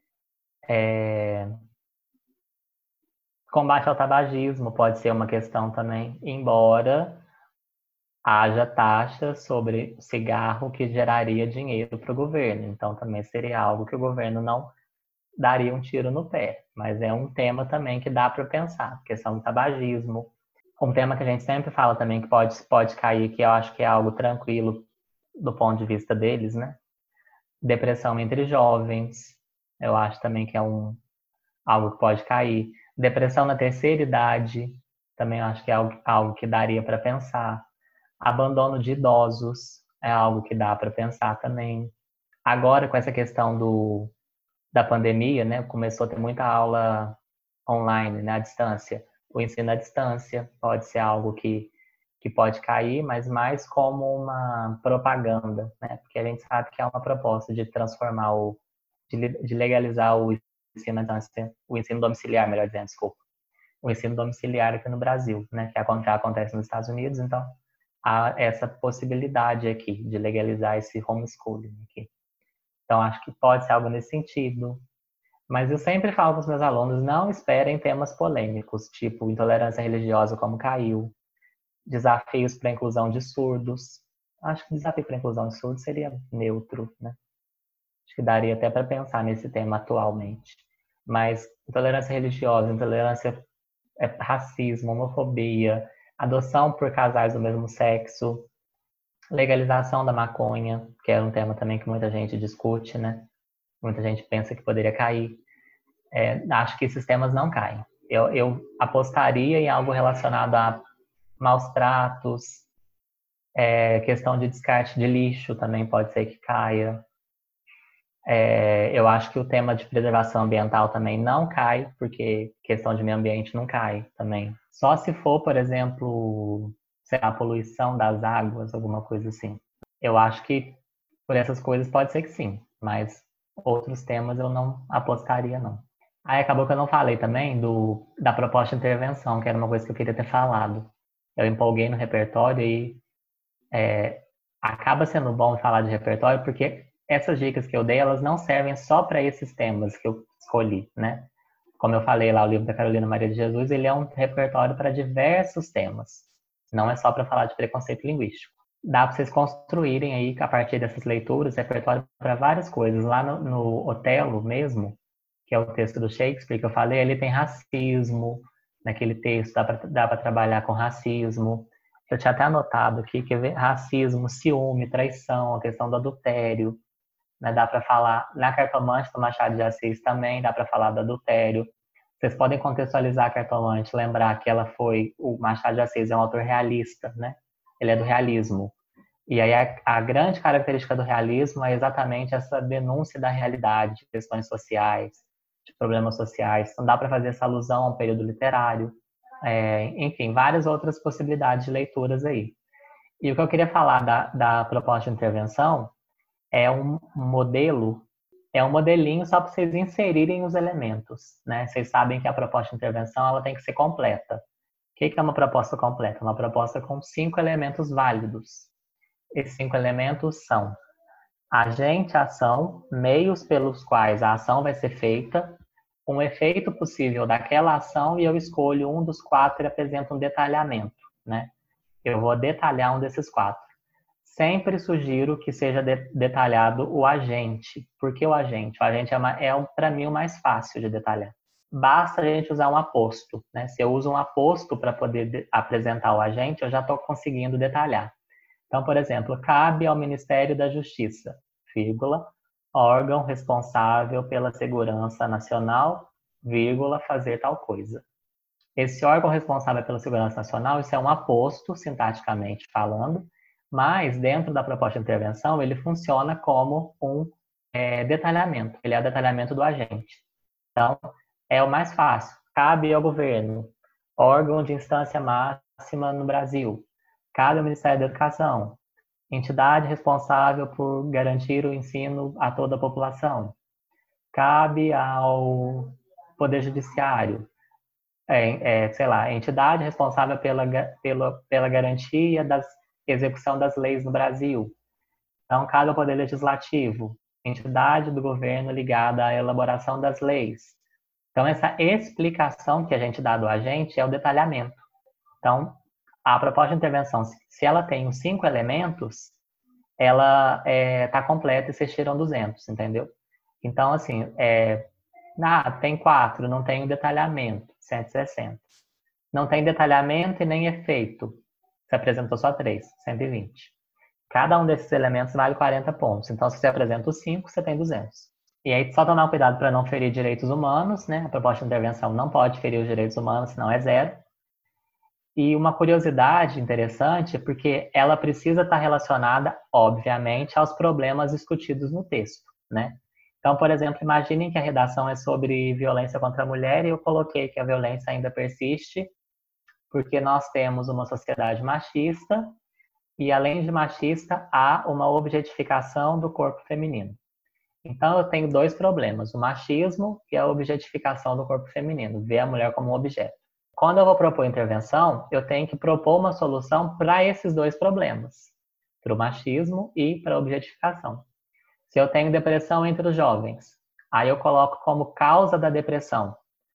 Combate ao tabagismo pode ser uma questão também, embora haja taxa sobre cigarro que geraria dinheiro para o governo. Então, também seria algo que o governo não daria um tiro no pé. Mas é um tema também que dá para pensar, questão do tabagismo. Um tema que a gente sempre fala também que pode cair, que eu acho que é algo tranquilo do ponto de vista deles, né? Depressão entre jovens, eu acho também que é algo que pode cair. Depressão na terceira idade, também acho que é algo que daria para pensar. Abandono de idosos é algo que dá para pensar também. Agora, com essa questão da pandemia, né, começou a ter muita aula online, né, à distância. O ensino à distância pode ser algo que pode cair, mas mais como uma propaganda, né, porque a gente sabe que é uma proposta de transformar de legalizar o ensino à distância, o ensino domiciliar, melhor dizendo, desculpa. O ensino domiciliar aqui no Brasil, né, que já acontece nos Estados Unidos, então há essa possibilidade aqui de legalizar esse homeschooling aqui. Então, acho que pode ser algo nesse sentido. Mas eu sempre falo para os meus alunos, não esperem temas polêmicos, tipo intolerância religiosa como caiu, desafios para a inclusão de surdos. Acho que desafio para a inclusão de surdos seria neutro, né? Acho que daria até para pensar nesse tema atualmente. Mas intolerância religiosa, racismo, homofobia, adoção por casais do mesmo sexo, legalização da maconha, que é um tema também que muita gente discute, né? Muita gente pensa que poderia cair. Acho que esses temas não caem. Eu apostaria em algo relacionado a maus tratos, questão de descarte de lixo também pode ser que caia. Eu acho que o tema de preservação ambiental também não cai, porque questão de meio ambiente não cai também. Só se for, por exemplo, sei lá, a poluição das águas, alguma coisa assim. Eu acho que por essas coisas pode ser que sim, mas outros temas eu não apostaria, não. Aí acabou que eu não falei também da proposta de intervenção, que era uma coisa que eu queria ter falado. Eu empolguei no repertório e acaba sendo bom falar de repertório, porque essas dicas que eu dei, elas não servem só para esses temas que eu escolhi, né? Como eu falei lá, o livro da Carolina Maria de Jesus, ele é um repertório para diversos temas. Não é só para falar de preconceito linguístico. Dá para vocês construírem aí, a partir dessas leituras, repertório para várias coisas. Lá no Otelo mesmo, que é o texto do Shakespeare que eu falei, ele tem racismo, naquele texto dá para trabalhar com racismo. Eu tinha até anotado aqui que racismo, ciúme, traição, a questão do adultério, né? Dá para falar na Cartomante do Machado de Assis também, dá para falar do adultério. Vocês podem contextualizar a Cartomante, lembrar que o Machado de Assis é um autor realista, né? Ele é do realismo. E aí a grande característica do realismo é exatamente essa denúncia da realidade, de questões sociais, de problemas sociais. Então dá para fazer essa alusão a um período literário. Enfim, várias outras possibilidades de leituras aí. E o que eu queria falar da proposta de intervenção é um modelo, é um modelinho só para vocês inserirem os elementos, né? Vocês sabem que a proposta de intervenção ela tem que ser completa. O que é uma proposta completa? Uma proposta com 5 elementos válidos. Esses 5 elementos são agente, ação, meios pelos quais a ação vai ser feita, um efeito possível daquela ação e eu escolho um dos 4 e apresento um detalhamento, né? Eu vou detalhar um desses 4. Sempre sugiro que seja detalhado o agente. Por que o agente? O agente para mim, o mais fácil de detalhar. Basta a gente usar um aposto, né? Se eu uso um aposto para poder apresentar o agente, eu já estou conseguindo detalhar. Então, por exemplo, cabe ao Ministério da Justiça, vírgula, órgão responsável pela segurança nacional, vírgula, fazer tal coisa. Esse órgão responsável pela segurança nacional, isso é um aposto, sintaticamente falando, mas dentro da proposta de intervenção, ele funciona como um detalhamento, ele é o detalhamento do agente. Então, é o mais fácil. Cabe ao governo, órgão de instância máxima no Brasil, cabe ao Ministério da Educação, entidade responsável por garantir o ensino a toda a população, cabe ao Poder Judiciário, sei lá, entidade responsável pela garantia da execução das leis no Brasil. Então, cabe ao Poder Legislativo, entidade do governo ligada à elaboração das leis. Então, essa explicação que a gente dá do agente é o detalhamento. Então, a proposta de intervenção, se ela tem os 5 elementos, ela está completa e vocês tiram 200, entendeu? Então, assim, tem 4, não tem o detalhamento, 160. Não tem detalhamento e nem efeito, você apresentou só 3, 120. Cada um desses elementos vale 40 pontos. Então, se você apresenta os 5, você tem 200. E aí, só tomar cuidado para não ferir direitos humanos, né? A proposta de intervenção não pode ferir os direitos humanos, senão é 0. E uma curiosidade interessante, porque ela precisa estar relacionada, obviamente, aos problemas discutidos no texto, né? Então, por exemplo, imaginem que a redação é sobre violência contra a mulher e eu coloquei que a violência ainda persiste porque nós temos uma sociedade machista e, além de machista, há uma objetificação do corpo feminino. Então, eu tenho 2 problemas, o machismo e a objetificação do corpo feminino, ver a mulher como um objeto. Quando eu vou propor intervenção, eu tenho que propor uma solução para esses 2 problemas, para o machismo e para a objetificação. Se eu tenho depressão entre os jovens, aí eu coloco como causa da depressão,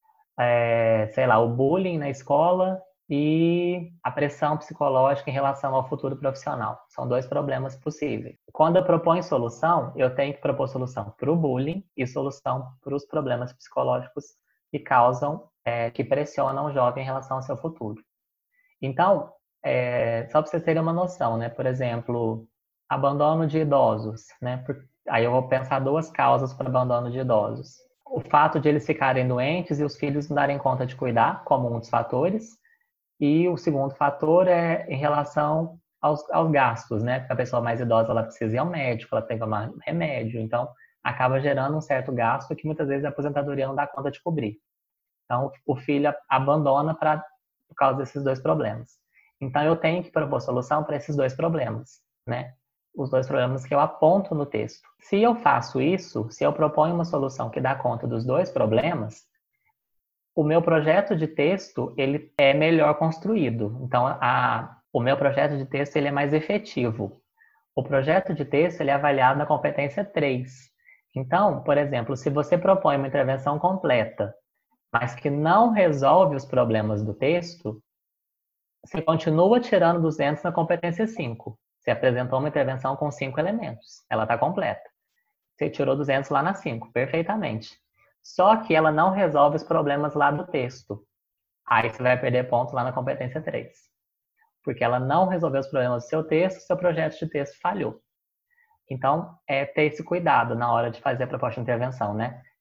sei lá, o bullying na escola e a pressão psicológica em relação ao futuro profissional. São 2 problemas possíveis. Quando eu proponho solução, eu tenho que propor solução para o bullying e solução para os problemas psicológicos que causam, que pressionam o jovem em relação ao seu futuro. Então, só para vocês terem uma noção, né? Por exemplo, abandono de idosos, né? Aí eu vou pensar 2 causas para abandono de idosos. O fato de eles ficarem doentes e os filhos não darem conta de cuidar, como um dos fatores. E o segundo fator é em relação aos gastos, né? Porque a pessoa mais idosa ela precisa ir ao médico, ela tem que tomar remédio, então acaba gerando um certo gasto que muitas vezes a aposentadoria não dá conta de cobrir. Então o filho abandona por causa desses 2 problemas. Então eu tenho que propor solução para esses 2 problemas, né? Os 2 problemas que eu aponto no texto. Se eu faço isso, se eu proponho uma solução que dá conta dos 2 problemas, o meu projeto de texto ele é melhor construído. Então, o meu projeto de texto ele é mais efetivo. O projeto de texto ele é avaliado na competência 3. Então, por exemplo, se você propõe uma intervenção completa, mas que não resolve os problemas do texto, você continua tirando 200 na competência 5. Você apresentou uma intervenção com 5 elementos. Ela está completa. Você tirou 200 lá na 5, perfeitamente. Só que ela não resolve os problemas lá do texto. Aí você vai perder ponto lá na competência 3. Porque ela não resolveu os problemas do seu texto, seu projeto de texto falhou. Então, ter esse cuidado na hora de fazer a proposta de intervenção, né?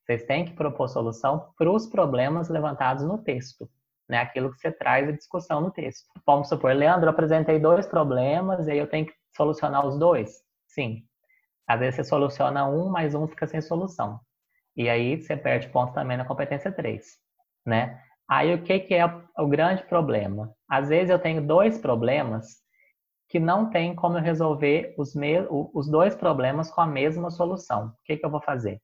Vocês têm que propor solução para os problemas levantados no texto, né? Aquilo que você traz em discussão no texto. Vamos supor, Leandro, eu apresentei 2 problemas e aí eu tenho que solucionar os 2? Sim. Às vezes você soluciona um, mas um fica sem solução. E aí você perde ponto também na competência 3, né? Aí o que é o grande problema? Às vezes eu tenho 2 problemas que não tem como eu resolver os 2 problemas com a mesma solução. O que eu vou fazer?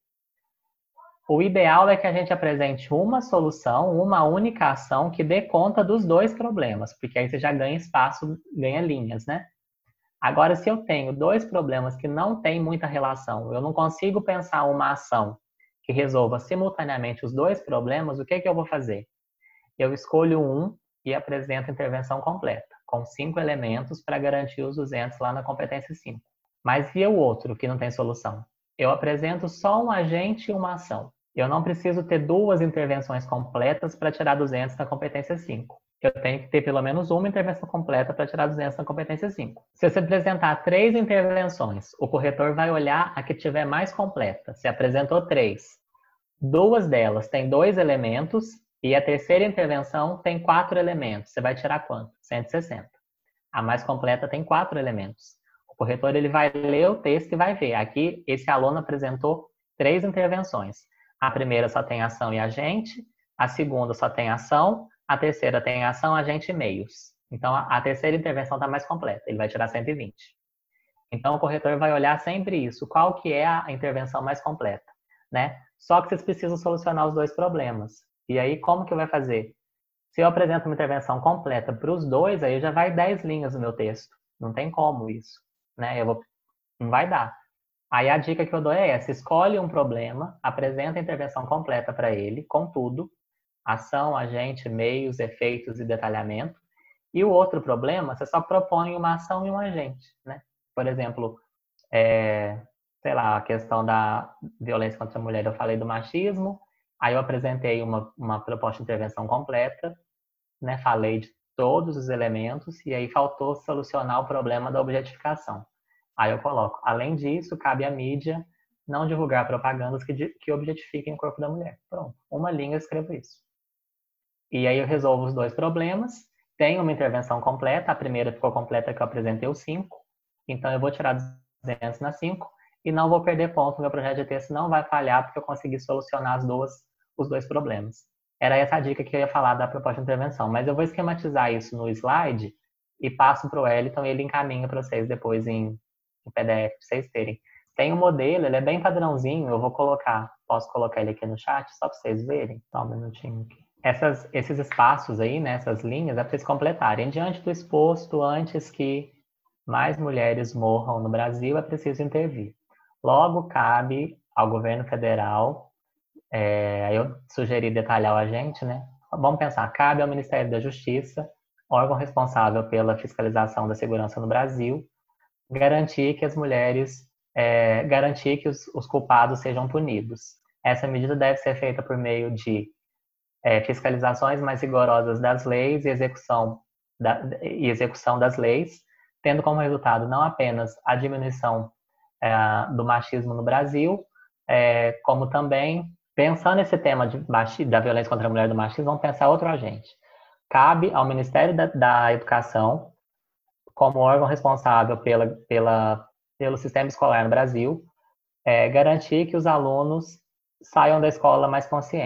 O ideal é que a gente apresente uma solução, uma única ação que dê conta dos 2 problemas, porque aí você já ganha espaço, ganha linhas, né? Agora, se eu tenho 2 problemas que não têm muita relação, eu não consigo pensar uma ação que resolva simultaneamente os 2 problemas, o que eu vou fazer? Eu escolho um e apresento a intervenção completa, com 5 elementos para garantir os 200 lá na competência 5. Mas e o outro que não tem solução? Eu apresento só um agente e uma ação. Eu não preciso ter 2 intervenções completas para tirar 200 na competência 5. Eu tenho que ter pelo menos uma intervenção completa para tirar 200 na competência 5. Se você apresentar 3 intervenções, o corretor vai olhar a que tiver mais completa. Você apresentou 3. 2 delas têm 2 elementos e a terceira intervenção tem 4 elementos. Você vai tirar quanto? 160. A mais completa tem 4 elementos. O corretor ele vai ler o texto e vai ver. Aqui, esse aluno apresentou 3 intervenções. A primeira só tem ação e agente, a segunda só tem ação, a terceira tem ação, agente e meios. Então, a terceira intervenção está mais completa, ele vai tirar 120. Então, o corretor vai olhar sempre isso, qual que é a intervenção mais completa, né? Só que vocês precisam solucionar os 2 problemas. E aí, como que vai fazer? Se eu apresento uma intervenção completa para os 2, aí já vai 10 linhas no meu texto. Não tem como isso, né? Não vai dar. Aí a dica que eu dou é essa: escolhe um problema, apresenta a intervenção completa para ele, com tudo, ação, agente, meios, efeitos e detalhamento. E o outro problema, você só propõe uma ação e um agente, né? Por exemplo, sei lá, a questão da violência contra a mulher, eu falei do machismo, aí eu apresentei uma proposta de intervenção completa, né? Falei de todos os elementos e aí faltou solucionar o problema da objetificação. Aí eu coloco, além disso, cabe à mídia não divulgar propagandas que objetifiquem o corpo da mulher. Pronto, uma linha eu escrevo isso. E aí eu resolvo os 2 problemas, tenho uma intervenção completa, a primeira ficou completa que eu apresentei os 5, então eu vou tirar 200 na 5 e não vou perder ponto, meu projeto de texto não vai falhar porque eu consegui solucionar os 2 problemas. Era essa a dica que eu ia falar da proposta de intervenção, mas eu vou esquematizar isso no slide e passo para o Wellington e ele encaminha para vocês depois em PDF, para vocês terem. Tem um modelo, ele é bem padrãozinho, eu vou colocar, posso colocar ele aqui no chat, só para vocês verem. Só um minutinho aqui. Esses espaços aí, né, essas linhas, é para vocês completarem. Diante do exposto, antes que mais mulheres morram no Brasil, é preciso intervir. Logo, cabe ao governo federal, aí eu sugeri detalhar o agente, né? Vamos pensar, cabe ao Ministério da Justiça, órgão responsável pela fiscalização da segurança no Brasil, garantir que as mulheres, garantir que os culpados sejam punidos. Essa medida deve ser feita por meio de fiscalizações mais rigorosas das leis e execução das leis, tendo como resultado não apenas a diminuição do machismo no Brasil, como também, pensando nesse tema da violência contra a mulher e do machismo, vamos pensar outro agente. Cabe ao Ministério da Educação, como órgão responsável pelo sistema escolar no Brasil, garantir que os alunos saiam da escola mais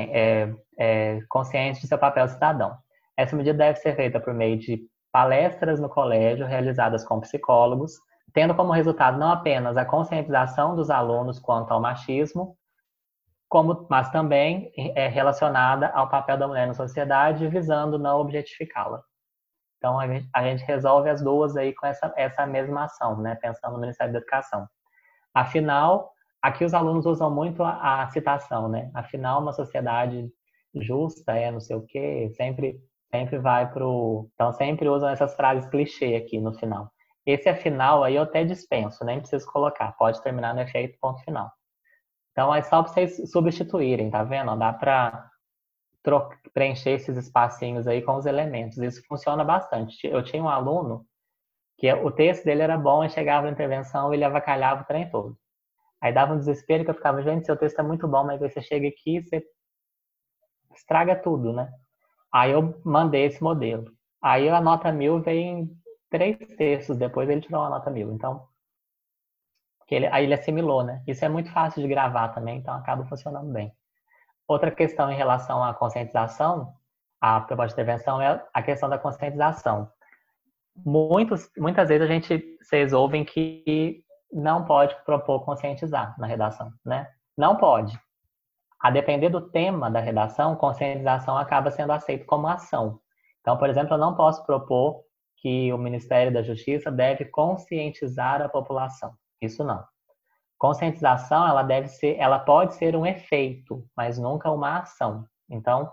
conscientes de seu papel cidadão. Essa medida deve ser feita por meio de palestras no colégio, realizadas com psicólogos, tendo como resultado não apenas a conscientização dos alunos quanto ao machismo, mas também relacionada ao papel da mulher na sociedade, visando não objetificá-la. Então, a gente resolve as duas aí com essa mesma ação, né? Pensando no Ministério da Educação. Afinal, aqui os alunos usam muito a citação, né? Afinal, uma sociedade justa não sei o quê, sempre vai pro... Então, sempre usam essas frases clichê aqui no final. Esse afinal aí eu até dispenso, nem preciso colocar. Pode terminar no efeito ponto final. Então, é só para vocês substituírem, tá vendo? Dá para preencher esses espacinhos aí com os elementos. Isso funciona bastante. Eu tinha um aluno que o texto dele era bom e chegava na intervenção e ele avacalhava o trem todo. Aí dava um desespero que eu ficava, gente, seu texto é muito bom, mas aí você chega aqui e você estraga tudo, né? Aí eu mandei esse modelo. Aí a nota 1000 veio em 3 textos depois, ele tirou a nota 1000. Então, aí ele assimilou, né? Isso é muito fácil de gravar também, então acaba funcionando bem. Outra questão em relação à conscientização, a proposta de intervenção é a questão da conscientização. Muitas vezes vocês ouvem que não pode propor conscientizar na redação, né? Não pode. A depender do tema da redação, conscientização acaba sendo aceito como ação. Então, por exemplo, eu não posso propor que o Ministério da Justiça deve conscientizar a população. Isso não. Conscientização, ela pode ser um efeito, mas nunca uma ação. Então,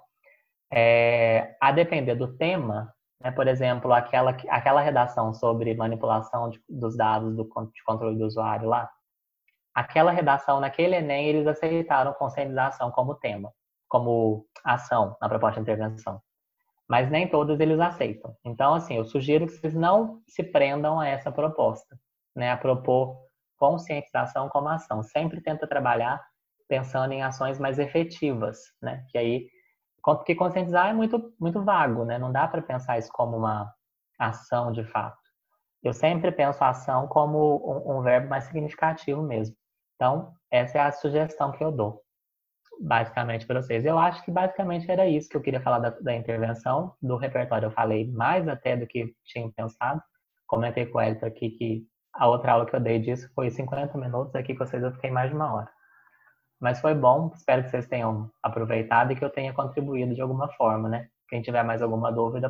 a depender do tema, né, por exemplo, aquela redação sobre manipulação dos dados de controle do usuário lá, aquela redação naquele Enem, eles aceitaram conscientização como tema, como ação na proposta de intervenção. Mas nem todos eles aceitam. Então, assim, eu sugiro que vocês não se prendam a essa proposta, né, a propor conscientização como ação. Sempre tenta trabalhar pensando em ações mais efetivas, né, que aí, porque conscientizar é muito, muito vago, né, não dá para pensar isso como uma ação de fato. Eu sempre penso a ação como um verbo mais significativo mesmo. Então, essa é a sugestão que eu dou, basicamente, para vocês. Eu acho que basicamente era isso que eu queria falar da intervenção. Do repertório eu falei mais até do que tinha pensado. Comentei com o Elton aqui que a outra aula que eu dei disso foi 50 minutos, aqui com vocês eu fiquei mais de 1 hora. Mas foi bom, espero que vocês tenham aproveitado e que eu tenha contribuído de alguma forma, né? Quem tiver mais alguma dúvida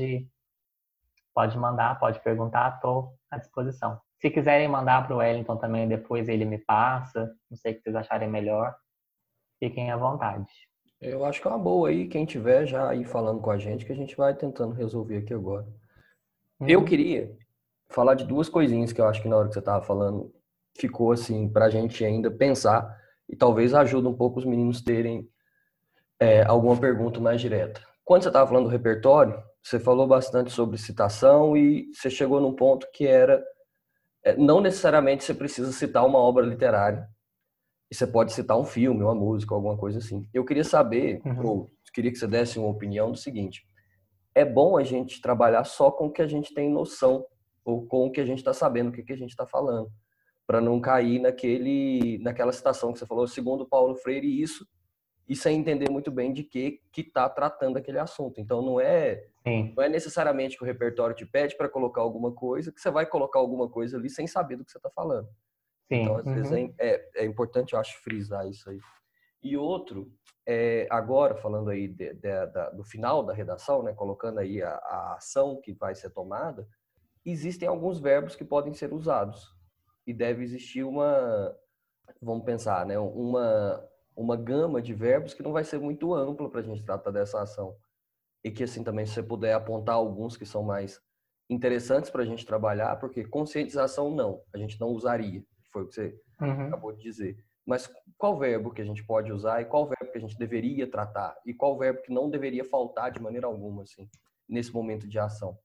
pode mandar, pode perguntar, estou à disposição. Se quiserem mandar para o Wellington também, depois ele me passa, não sei o que vocês acharem melhor, fiquem à vontade. Eu acho que é uma boa aí, quem tiver já aí falando com a gente, que a gente vai tentando resolver aqui agora. Eu queria falar de 2 coisinhas que eu acho que na hora que você estava falando, ficou assim, para a gente ainda pensar e talvez ajude um pouco os meninos terem alguma pergunta mais direta. Quando você estava falando do repertório, você falou bastante sobre citação e você chegou num ponto que era não necessariamente você precisa citar uma obra literária, e você pode citar um filme, uma música, alguma coisa assim. Eu queria saber, ou queria que você desse uma opinião do seguinte: é bom a gente trabalhar só com o que a gente tem noção, ou com o que a gente está sabendo, o que a gente está falando, para não cair naquela citação que você falou, segundo Paulo Freire, isso, e sem entender muito bem de que está tratando aquele assunto. Então, não é necessariamente que o repertório te pede para colocar alguma coisa, que você vai colocar alguma coisa ali sem saber do que você está falando. Então, às vezes, é importante, eu acho, frisar isso aí. E outro, agora, falando aí do final da redação, né, colocando aí a ação que vai ser tomada, existem alguns verbos que podem ser usados. E deve existir vamos pensar, né, uma gama de verbos que não vai ser muito ampla para a gente tratar dessa ação. E que, assim, também, se você puder apontar alguns que são mais interessantes para a gente trabalhar, porque conscientização não, a gente não usaria, que foi o que você acabou de dizer. Mas qual verbo que a gente pode usar e qual verbo que a gente deveria tratar e qual verbo que não deveria faltar de maneira alguma, assim, nesse momento de ação?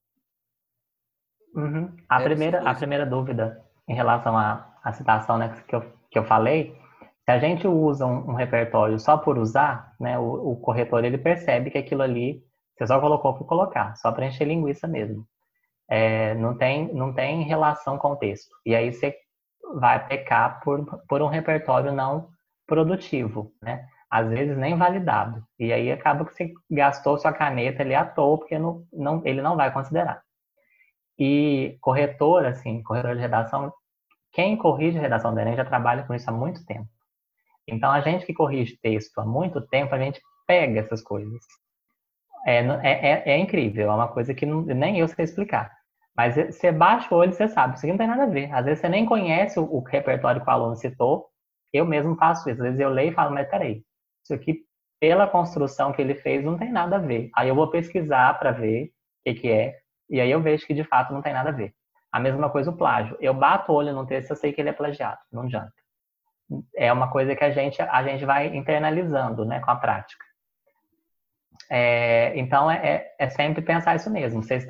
A primeira dúvida em relação à citação, né, que eu falei, se a gente usa um repertório só por usar, né, o corretor ele percebe que aquilo ali você só colocou por colocar, só para encher linguiça mesmo. Não tem relação com o texto. E aí você vai pecar por um repertório não produtivo, né? Às vezes nem validado. E aí acaba que você gastou sua caneta ali à toa, porque ele não vai considerar. E corretor de redação, quem corrige redação do Enem já trabalha com isso há muito tempo. Então, a gente que corrige texto há muito tempo, a gente pega essas coisas. É incrível, é uma coisa que nem eu sei explicar. Mas você baixa o olho e você sabe, isso aqui não tem nada a ver. Às vezes você nem conhece o repertório que o aluno citou, eu mesmo faço isso. Às vezes eu leio e falo, mas peraí, isso aqui, pela construção que ele fez, não tem nada a ver. Aí eu vou pesquisar para ver o que é, e aí eu vejo que de fato não tem nada a ver. A mesma coisa o plágio. Eu bato o olho no texto, eu sei que ele é plagiado, não adianta. É uma coisa que a gente vai internalizando, né, com a prática. Então, é sempre pensar isso mesmo. Vocês,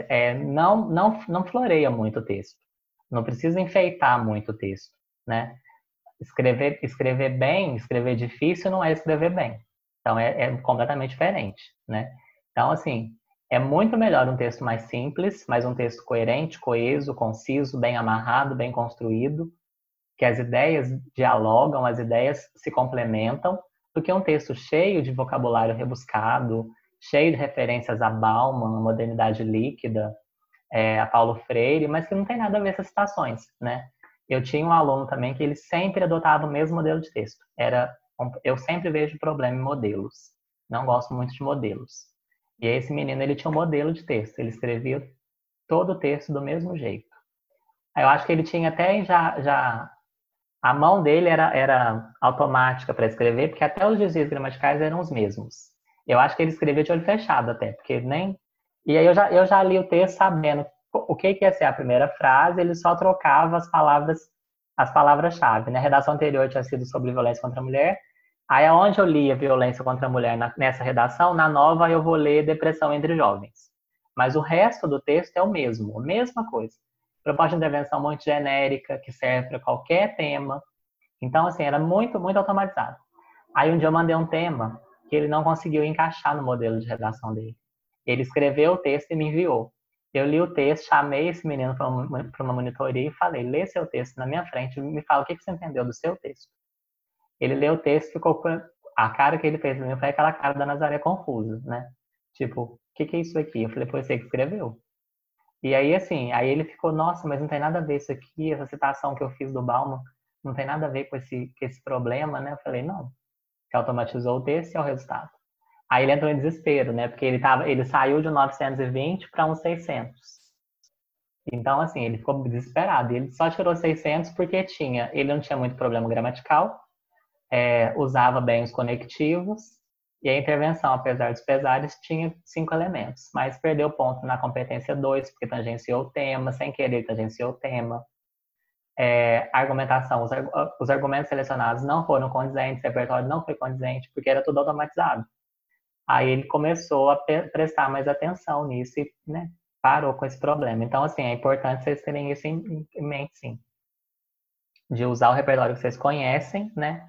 não floreia muito o texto. Não precisa enfeitar muito o texto, né? escrever bem, escrever difícil não é escrever bem. Então, é completamente diferente, né? Então, assim, é muito melhor um texto mais simples, mas um texto coerente, coeso, conciso, bem amarrado, bem construído, que as ideias dialogam, as ideias se complementam, do que um texto cheio de vocabulário rebuscado, cheio de referências a Bauman, a modernidade líquida, a Paulo Freire, mas que não tem nada a ver com essas citações, né? Eu tinha um aluno também que ele sempre adotava o mesmo modelo de texto. Eu sempre vejo problema em modelos. Não gosto muito de modelos. E esse menino, ele tinha um modelo de texto. Ele escrevia todo o texto do mesmo jeito. Eu acho que ele tinha até já a mão dele era automática para escrever, porque até os desvios gramaticais eram os mesmos. Eu acho que ele escrevia de olho fechado até, porque nem... E aí eu já li o texto sabendo o que ia ser a primeira frase, ele só trocava as palavras-chave. Na redação anterior tinha sido sobre violência contra a mulher, aí aonde eu lia violência contra a mulher nessa redação, na nova eu vou ler depressão entre jovens. Mas o resto do texto é o mesmo, a mesma coisa. Proposta de intervenção muito genérica, que serve para qualquer tema. Então, assim, era muito, muito automatizado. Aí um dia eu mandei um tema que ele não conseguiu encaixar no modelo de redação dele. Ele escreveu o texto e me enviou. Eu li o texto, chamei esse menino para uma monitoria e falei, lê seu texto na minha frente e me fala o que você entendeu do seu texto. Ele leu o texto e ficou... A cara que ele fez para mim foi aquela cara da Nazaré confusa, né? Tipo, o que é isso aqui? Eu falei, foi você que escreveu. E aí, assim, aí ele ficou, nossa, mas não tem nada a ver isso aqui, essa citação que eu fiz do Bauman, não tem nada a ver com esse problema, né? Eu falei, não, que automatizou o texto e é o resultado. Aí ele entrou em desespero, né? Porque ele saiu de 920 para uns 600. Então, assim, ele ficou desesperado. E ele só tirou 600 porque ele não tinha muito problema gramatical, usava bem os conectivos, e a intervenção, apesar dos pesares, tinha 5 elementos. Mas perdeu ponto na competência 2, porque tangenciou o tema, sem querer tangenciou o tema. Argumentação, os argumentos selecionados não foram condizentes, o repertório não foi condizente, porque era tudo automatizado. Aí ele começou a prestar mais atenção nisso e, né, parou com esse problema. Então, assim, é importante vocês terem isso em mente, sim. De usar o repertório que vocês conhecem, né?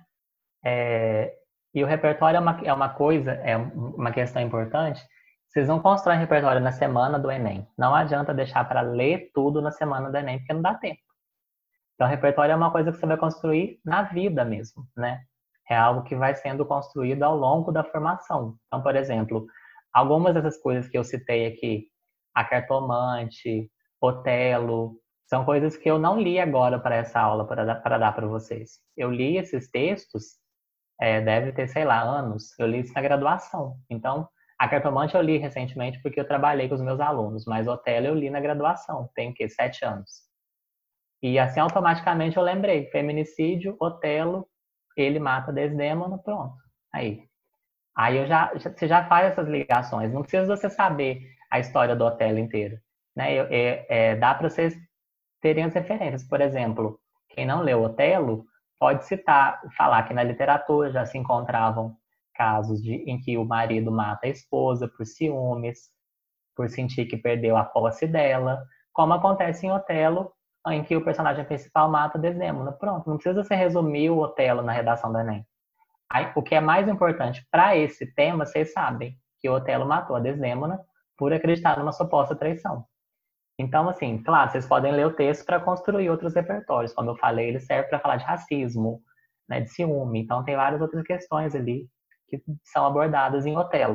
E o repertório é uma coisa, é uma questão importante. Vocês não constroem repertório na semana do Enem. Não adianta deixar para ler tudo na semana do Enem, porque não dá tempo. Então, o repertório é uma coisa que você vai construir na vida mesmo, né? É algo que vai sendo construído ao longo da formação. Então, por exemplo, algumas dessas coisas que eu citei aqui, A Cartomante, Otelo, são coisas que eu não li agora para essa aula, para dar para vocês. Eu li esses textos, deve ter, sei lá, anos. Eu li isso na graduação. Então, A Cartomante eu li recentemente porque eu trabalhei com os meus alunos, mas Otelo eu li na graduação, tem o quê? 7 anos. E assim, automaticamente eu lembrei, feminicídio, Otelo, ele mata Desdémona, pronto. Aí você já faz essas ligações, não precisa você saber a história do Otelo inteiro, né? Dá para vocês terem as referências. Por exemplo, quem não leu Otelo pode falar que na literatura já se encontravam casos em que o marido mata a esposa por ciúmes, por sentir que perdeu a posse dela, como acontece em Otelo, em que o personagem principal mata Desdémona. Pronto, não precisa você resumir o Otelo na redação do Enem. Aí, o que é mais importante para esse tema, vocês sabem que o Otelo matou a Desdémona por acreditar numa suposta traição. Então, assim, claro, vocês podem ler o texto para construir outros repertórios. Como eu falei, ele serve para falar de racismo, né, de ciúme. Então, tem várias outras questões ali que são abordadas em Otelo.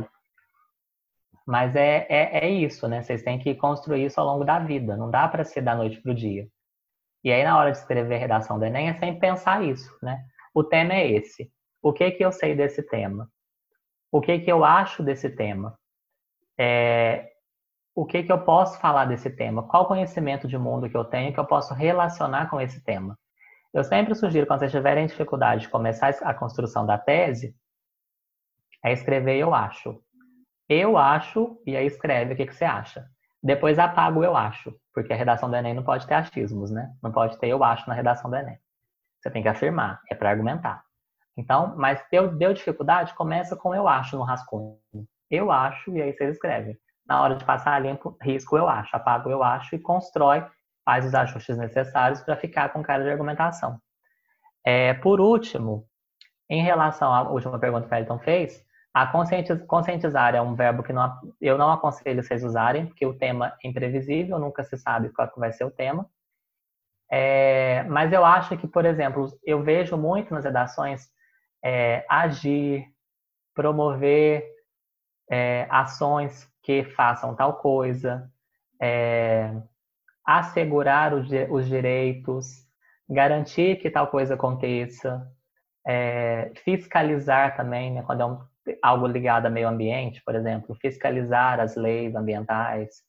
Mas é isso, né? Vocês têm que construir isso ao longo da vida. Não dá para ser da noite para o dia. E aí, na hora de escrever a redação do Enem, é sempre pensar isso, né? O tema é esse. O que eu sei desse tema? O que eu acho desse tema? O que eu posso falar desse tema? Qual conhecimento de mundo que eu tenho que eu posso relacionar com esse tema? Eu sempre sugiro, quando vocês tiverem dificuldade de começar a construção da tese, é escrever eu acho. Eu acho, e aí escreve o que você acha. Depois apaga o eu acho, porque a redação do Enem não pode ter achismos, né? Não pode ter eu acho na redação do Enem. Você tem que afirmar, é para argumentar. Então, mas deu dificuldade, começa com eu acho no rascunho. Eu acho, e aí você escreve. Na hora de passar limpo, risco eu acho, apaga o eu acho e constrói, faz os ajustes necessários para ficar com cara de argumentação. Por último, em relação à última pergunta que o Elton fez, a conscientizar é um verbo que eu não aconselho vocês usarem, porque o tema é imprevisível, nunca se sabe qual que vai ser o tema. Mas eu acho que, por exemplo, eu vejo muito nas redações agir, promover ações que façam tal coisa, assegurar os direitos, garantir que tal coisa aconteça, fiscalizar também, né, quando algo ligado ao meio ambiente, por exemplo, fiscalizar as leis ambientais.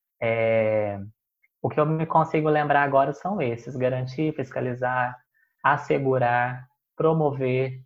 O que eu me consigo lembrar agora são esses: garantir, fiscalizar, assegurar, promover,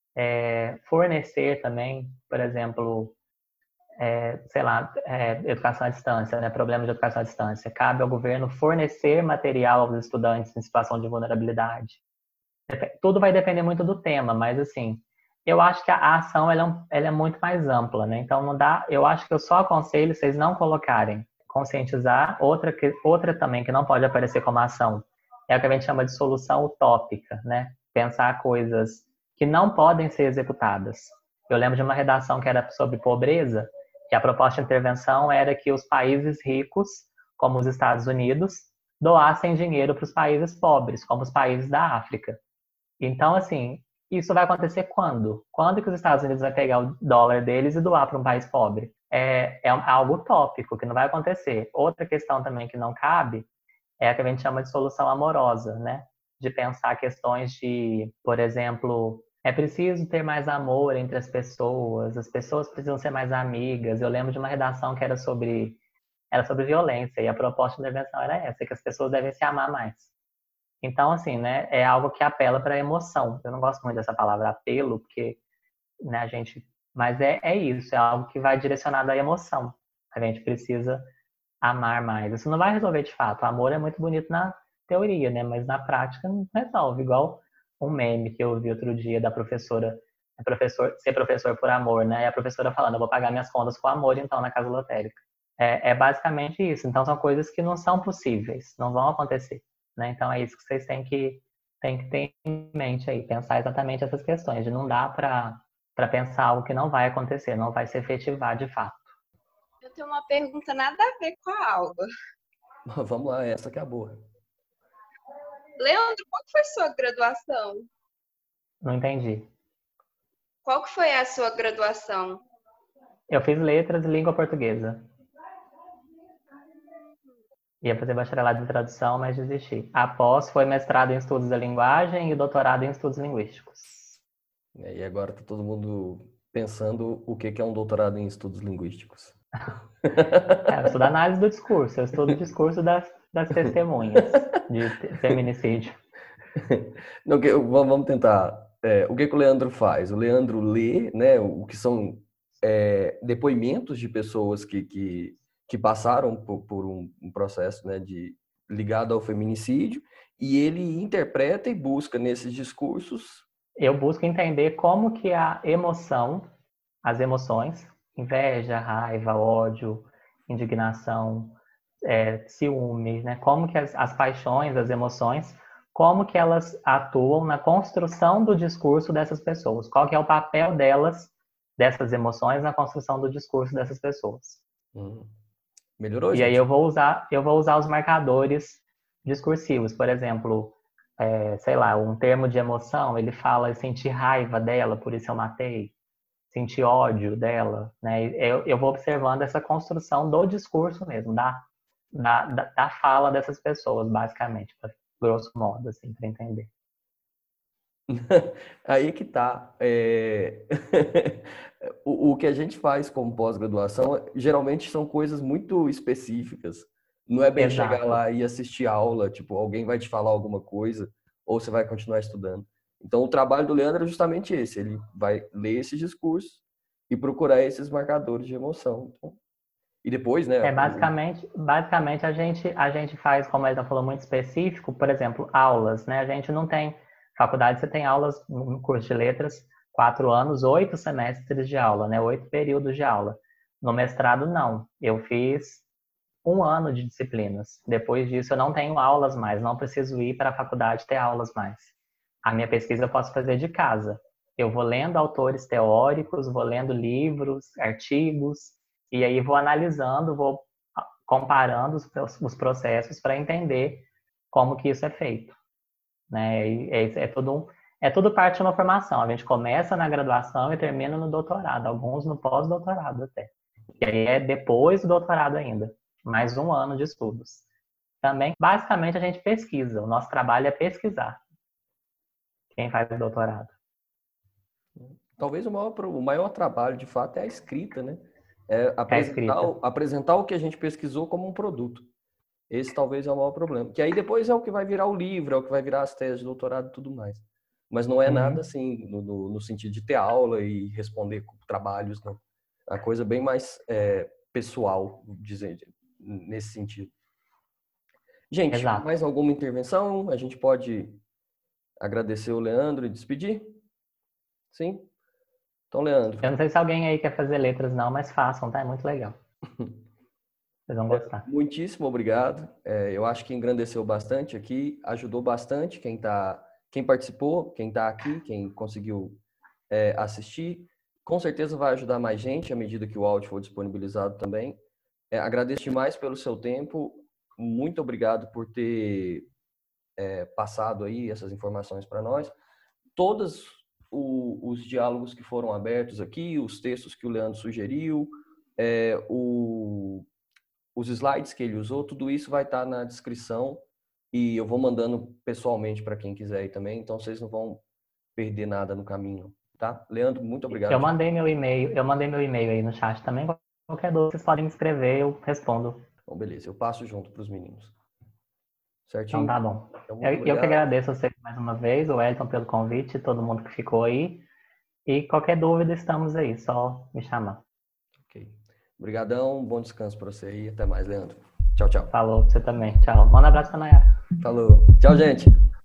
fornecer também, por exemplo, sei lá, educação à distância, né, problemas de educação à distância. Cabe ao governo fornecer material aos estudantes em situação de vulnerabilidade. Tudo vai depender muito do tema, mas assim, eu acho que a ação ela é muito mais ampla, né? Então não dá, eu acho que eu só aconselho vocês não colocarem conscientizar. Outra também que não pode aparecer como ação é o que a gente chama de solução utópica, né? Pensar coisas que não podem ser executadas. Eu lembro de uma redação que era sobre pobreza, que a proposta de intervenção era que os países ricos, como os Estados Unidos, doassem dinheiro para os países pobres, como os países da África. Então, assim, isso vai acontecer quando? Quando que os Estados Unidos vai pegar o dólar deles e doar para um país pobre? É algo utópico, que não vai acontecer. Outra questão também que não cabe é a que a gente chama de solução amorosa, né? De pensar questões de, por exemplo, é preciso ter mais amor entre as pessoas precisam ser mais amigas. Eu lembro de uma redação que era sobre violência, e a proposta de intervenção era essa, que as pessoas devem se amar mais. Então, assim, né, é algo que apela para a emoção. Eu não gosto muito dessa palavra apelo, porque, né, mas é isso, é algo que vai direcionado à emoção. A gente precisa amar mais. Isso não vai resolver de fato. O amor é muito bonito na teoria, né, mas na prática não resolve. Igual um meme que eu vi outro dia da professora, ser professor por amor, né, e a professora falando: eu vou pagar minhas contas com amor, então, na casa lotérica. É basicamente isso. Então, são coisas que não são possíveis, não vão acontecer. Né? Então é isso que vocês têm que ter em mente aí, pensar exatamente essas questões, de não dá para pensar algo que não vai acontecer, não vai se efetivar de fato. Eu tenho uma pergunta nada a ver com a aula. Vamos lá, essa que é a boa. Leandro, qual que foi sua graduação? Não entendi. Qual que foi a sua graduação? Eu fiz letras e língua portuguesa. Ia fazer bacharelado em tradução, mas desisti. Após, foi mestrado em estudos da linguagem e doutorado em estudos linguísticos. E agora tá todo mundo pensando o que é um doutorado em estudos linguísticos. Eu estudo análise do discurso, eu estudo o discurso das testemunhas de feminicídio. Não, vamos tentar. O que o Leandro faz? O Leandro lê, né, o que são depoimentos de pessoas que passaram por um processo, né, ligado ao feminicídio, e ele interpreta e busca nesses discursos. Eu busco entender como que a emoção, as emoções, inveja, raiva, ódio, indignação, ciúmes, né? Como que as paixões, as emoções, como que elas atuam na construção do discurso dessas pessoas? Qual que é o papel delas, dessas emoções, na construção do discurso dessas pessoas? Melhorou, E gente? aí eu vou usar os marcadores discursivos. Por exemplo, sei lá, um termo de emoção, ele fala sentir raiva dela, por isso eu matei, sentir ódio dela, né? Eu vou observando essa construção do discurso mesmo, da fala dessas pessoas, basicamente, grosso modo, assim, para entender. Aí que tá. O que a gente faz como pós-graduação geralmente são coisas muito específicas. Não é bem chegar Exato. lá e assistir aula, tipo, alguém vai te falar alguma coisa, ou você vai continuar estudando. Então, o trabalho do Leandro é justamente esse. Ele vai ler esses discursos e procurar esses marcadores de emoção. Então, e depois, né? Basicamente a gente faz, como a Elza falou, muito específico, por exemplo, aulas, né? A gente não tem faculdade, você tem aulas no curso de letras, 4 anos, 8 semestres de aula, né? 8 períodos de aula. No mestrado, não. Eu fiz 1 ano de disciplinas. Depois disso, eu não tenho aulas mais, não preciso ir para a faculdade ter aulas mais. A minha pesquisa eu posso fazer de casa. Eu vou lendo autores teóricos, vou lendo livros, artigos, e aí vou analisando, vou comparando os processos para entender como que isso é feito. Né? É tudo parte de uma formação. A gente começa na graduação e termina no doutorado, alguns no pós-doutorado até. E aí é depois do doutorado ainda, mais 1 ano de estudos. Também, basicamente, a gente pesquisa. O nosso trabalho é pesquisar. Quem faz doutorado. Talvez o maior trabalho, de fato, é a escrita, né? A apresentar o que a gente pesquisou como um produto. Esse talvez é o maior problema. Que aí depois é o que vai virar o livro, é o que vai virar as teses de doutorado e tudo mais. Mas não é nada assim, no sentido de ter aula e responder trabalhos, não. É uma coisa bem mais pessoal, nesse sentido. Gente, Exato. mais alguma intervenção? A gente pode agradecer o Leandro e despedir? Sim? Então, Leandro. Eu não sei se alguém aí quer fazer letras não, mas façam, tá? É muito legal. Vocês vão gostar. Muitíssimo obrigado. Eu acho que engrandeceu bastante aqui, ajudou bastante quem participou, quem está aqui, quem conseguiu assistir. Com certeza vai ajudar mais gente à medida que o áudio for disponibilizado também. Agradeço demais pelo seu tempo. Muito obrigado por ter passado aí essas informações para nós. Todos os diálogos que foram abertos aqui, os textos que o Leandro sugeriu, os slides que ele usou, tudo isso vai estar na descrição e eu vou mandando pessoalmente para quem quiser aí também, então vocês não vão perder nada no caminho, tá? Leandro, muito obrigado. Eu mandei meu e-mail aí no chat também. Qualquer dúvida vocês podem me escrever, eu respondo. Bom, beleza, eu passo junto para os meninos. Certinho? Então tá bom. Então, Eu que agradeço a vocês mais uma vez, o Wellington pelo convite, todo mundo que ficou aí. E qualquer dúvida, estamos aí, só me chamar. Ok. Obrigadão, bom descanso para você aí. Até mais, Leandro. Tchau, tchau. Falou pra você também. Tchau. Manda um abraço pra Nayara. Falou. Tchau, gente.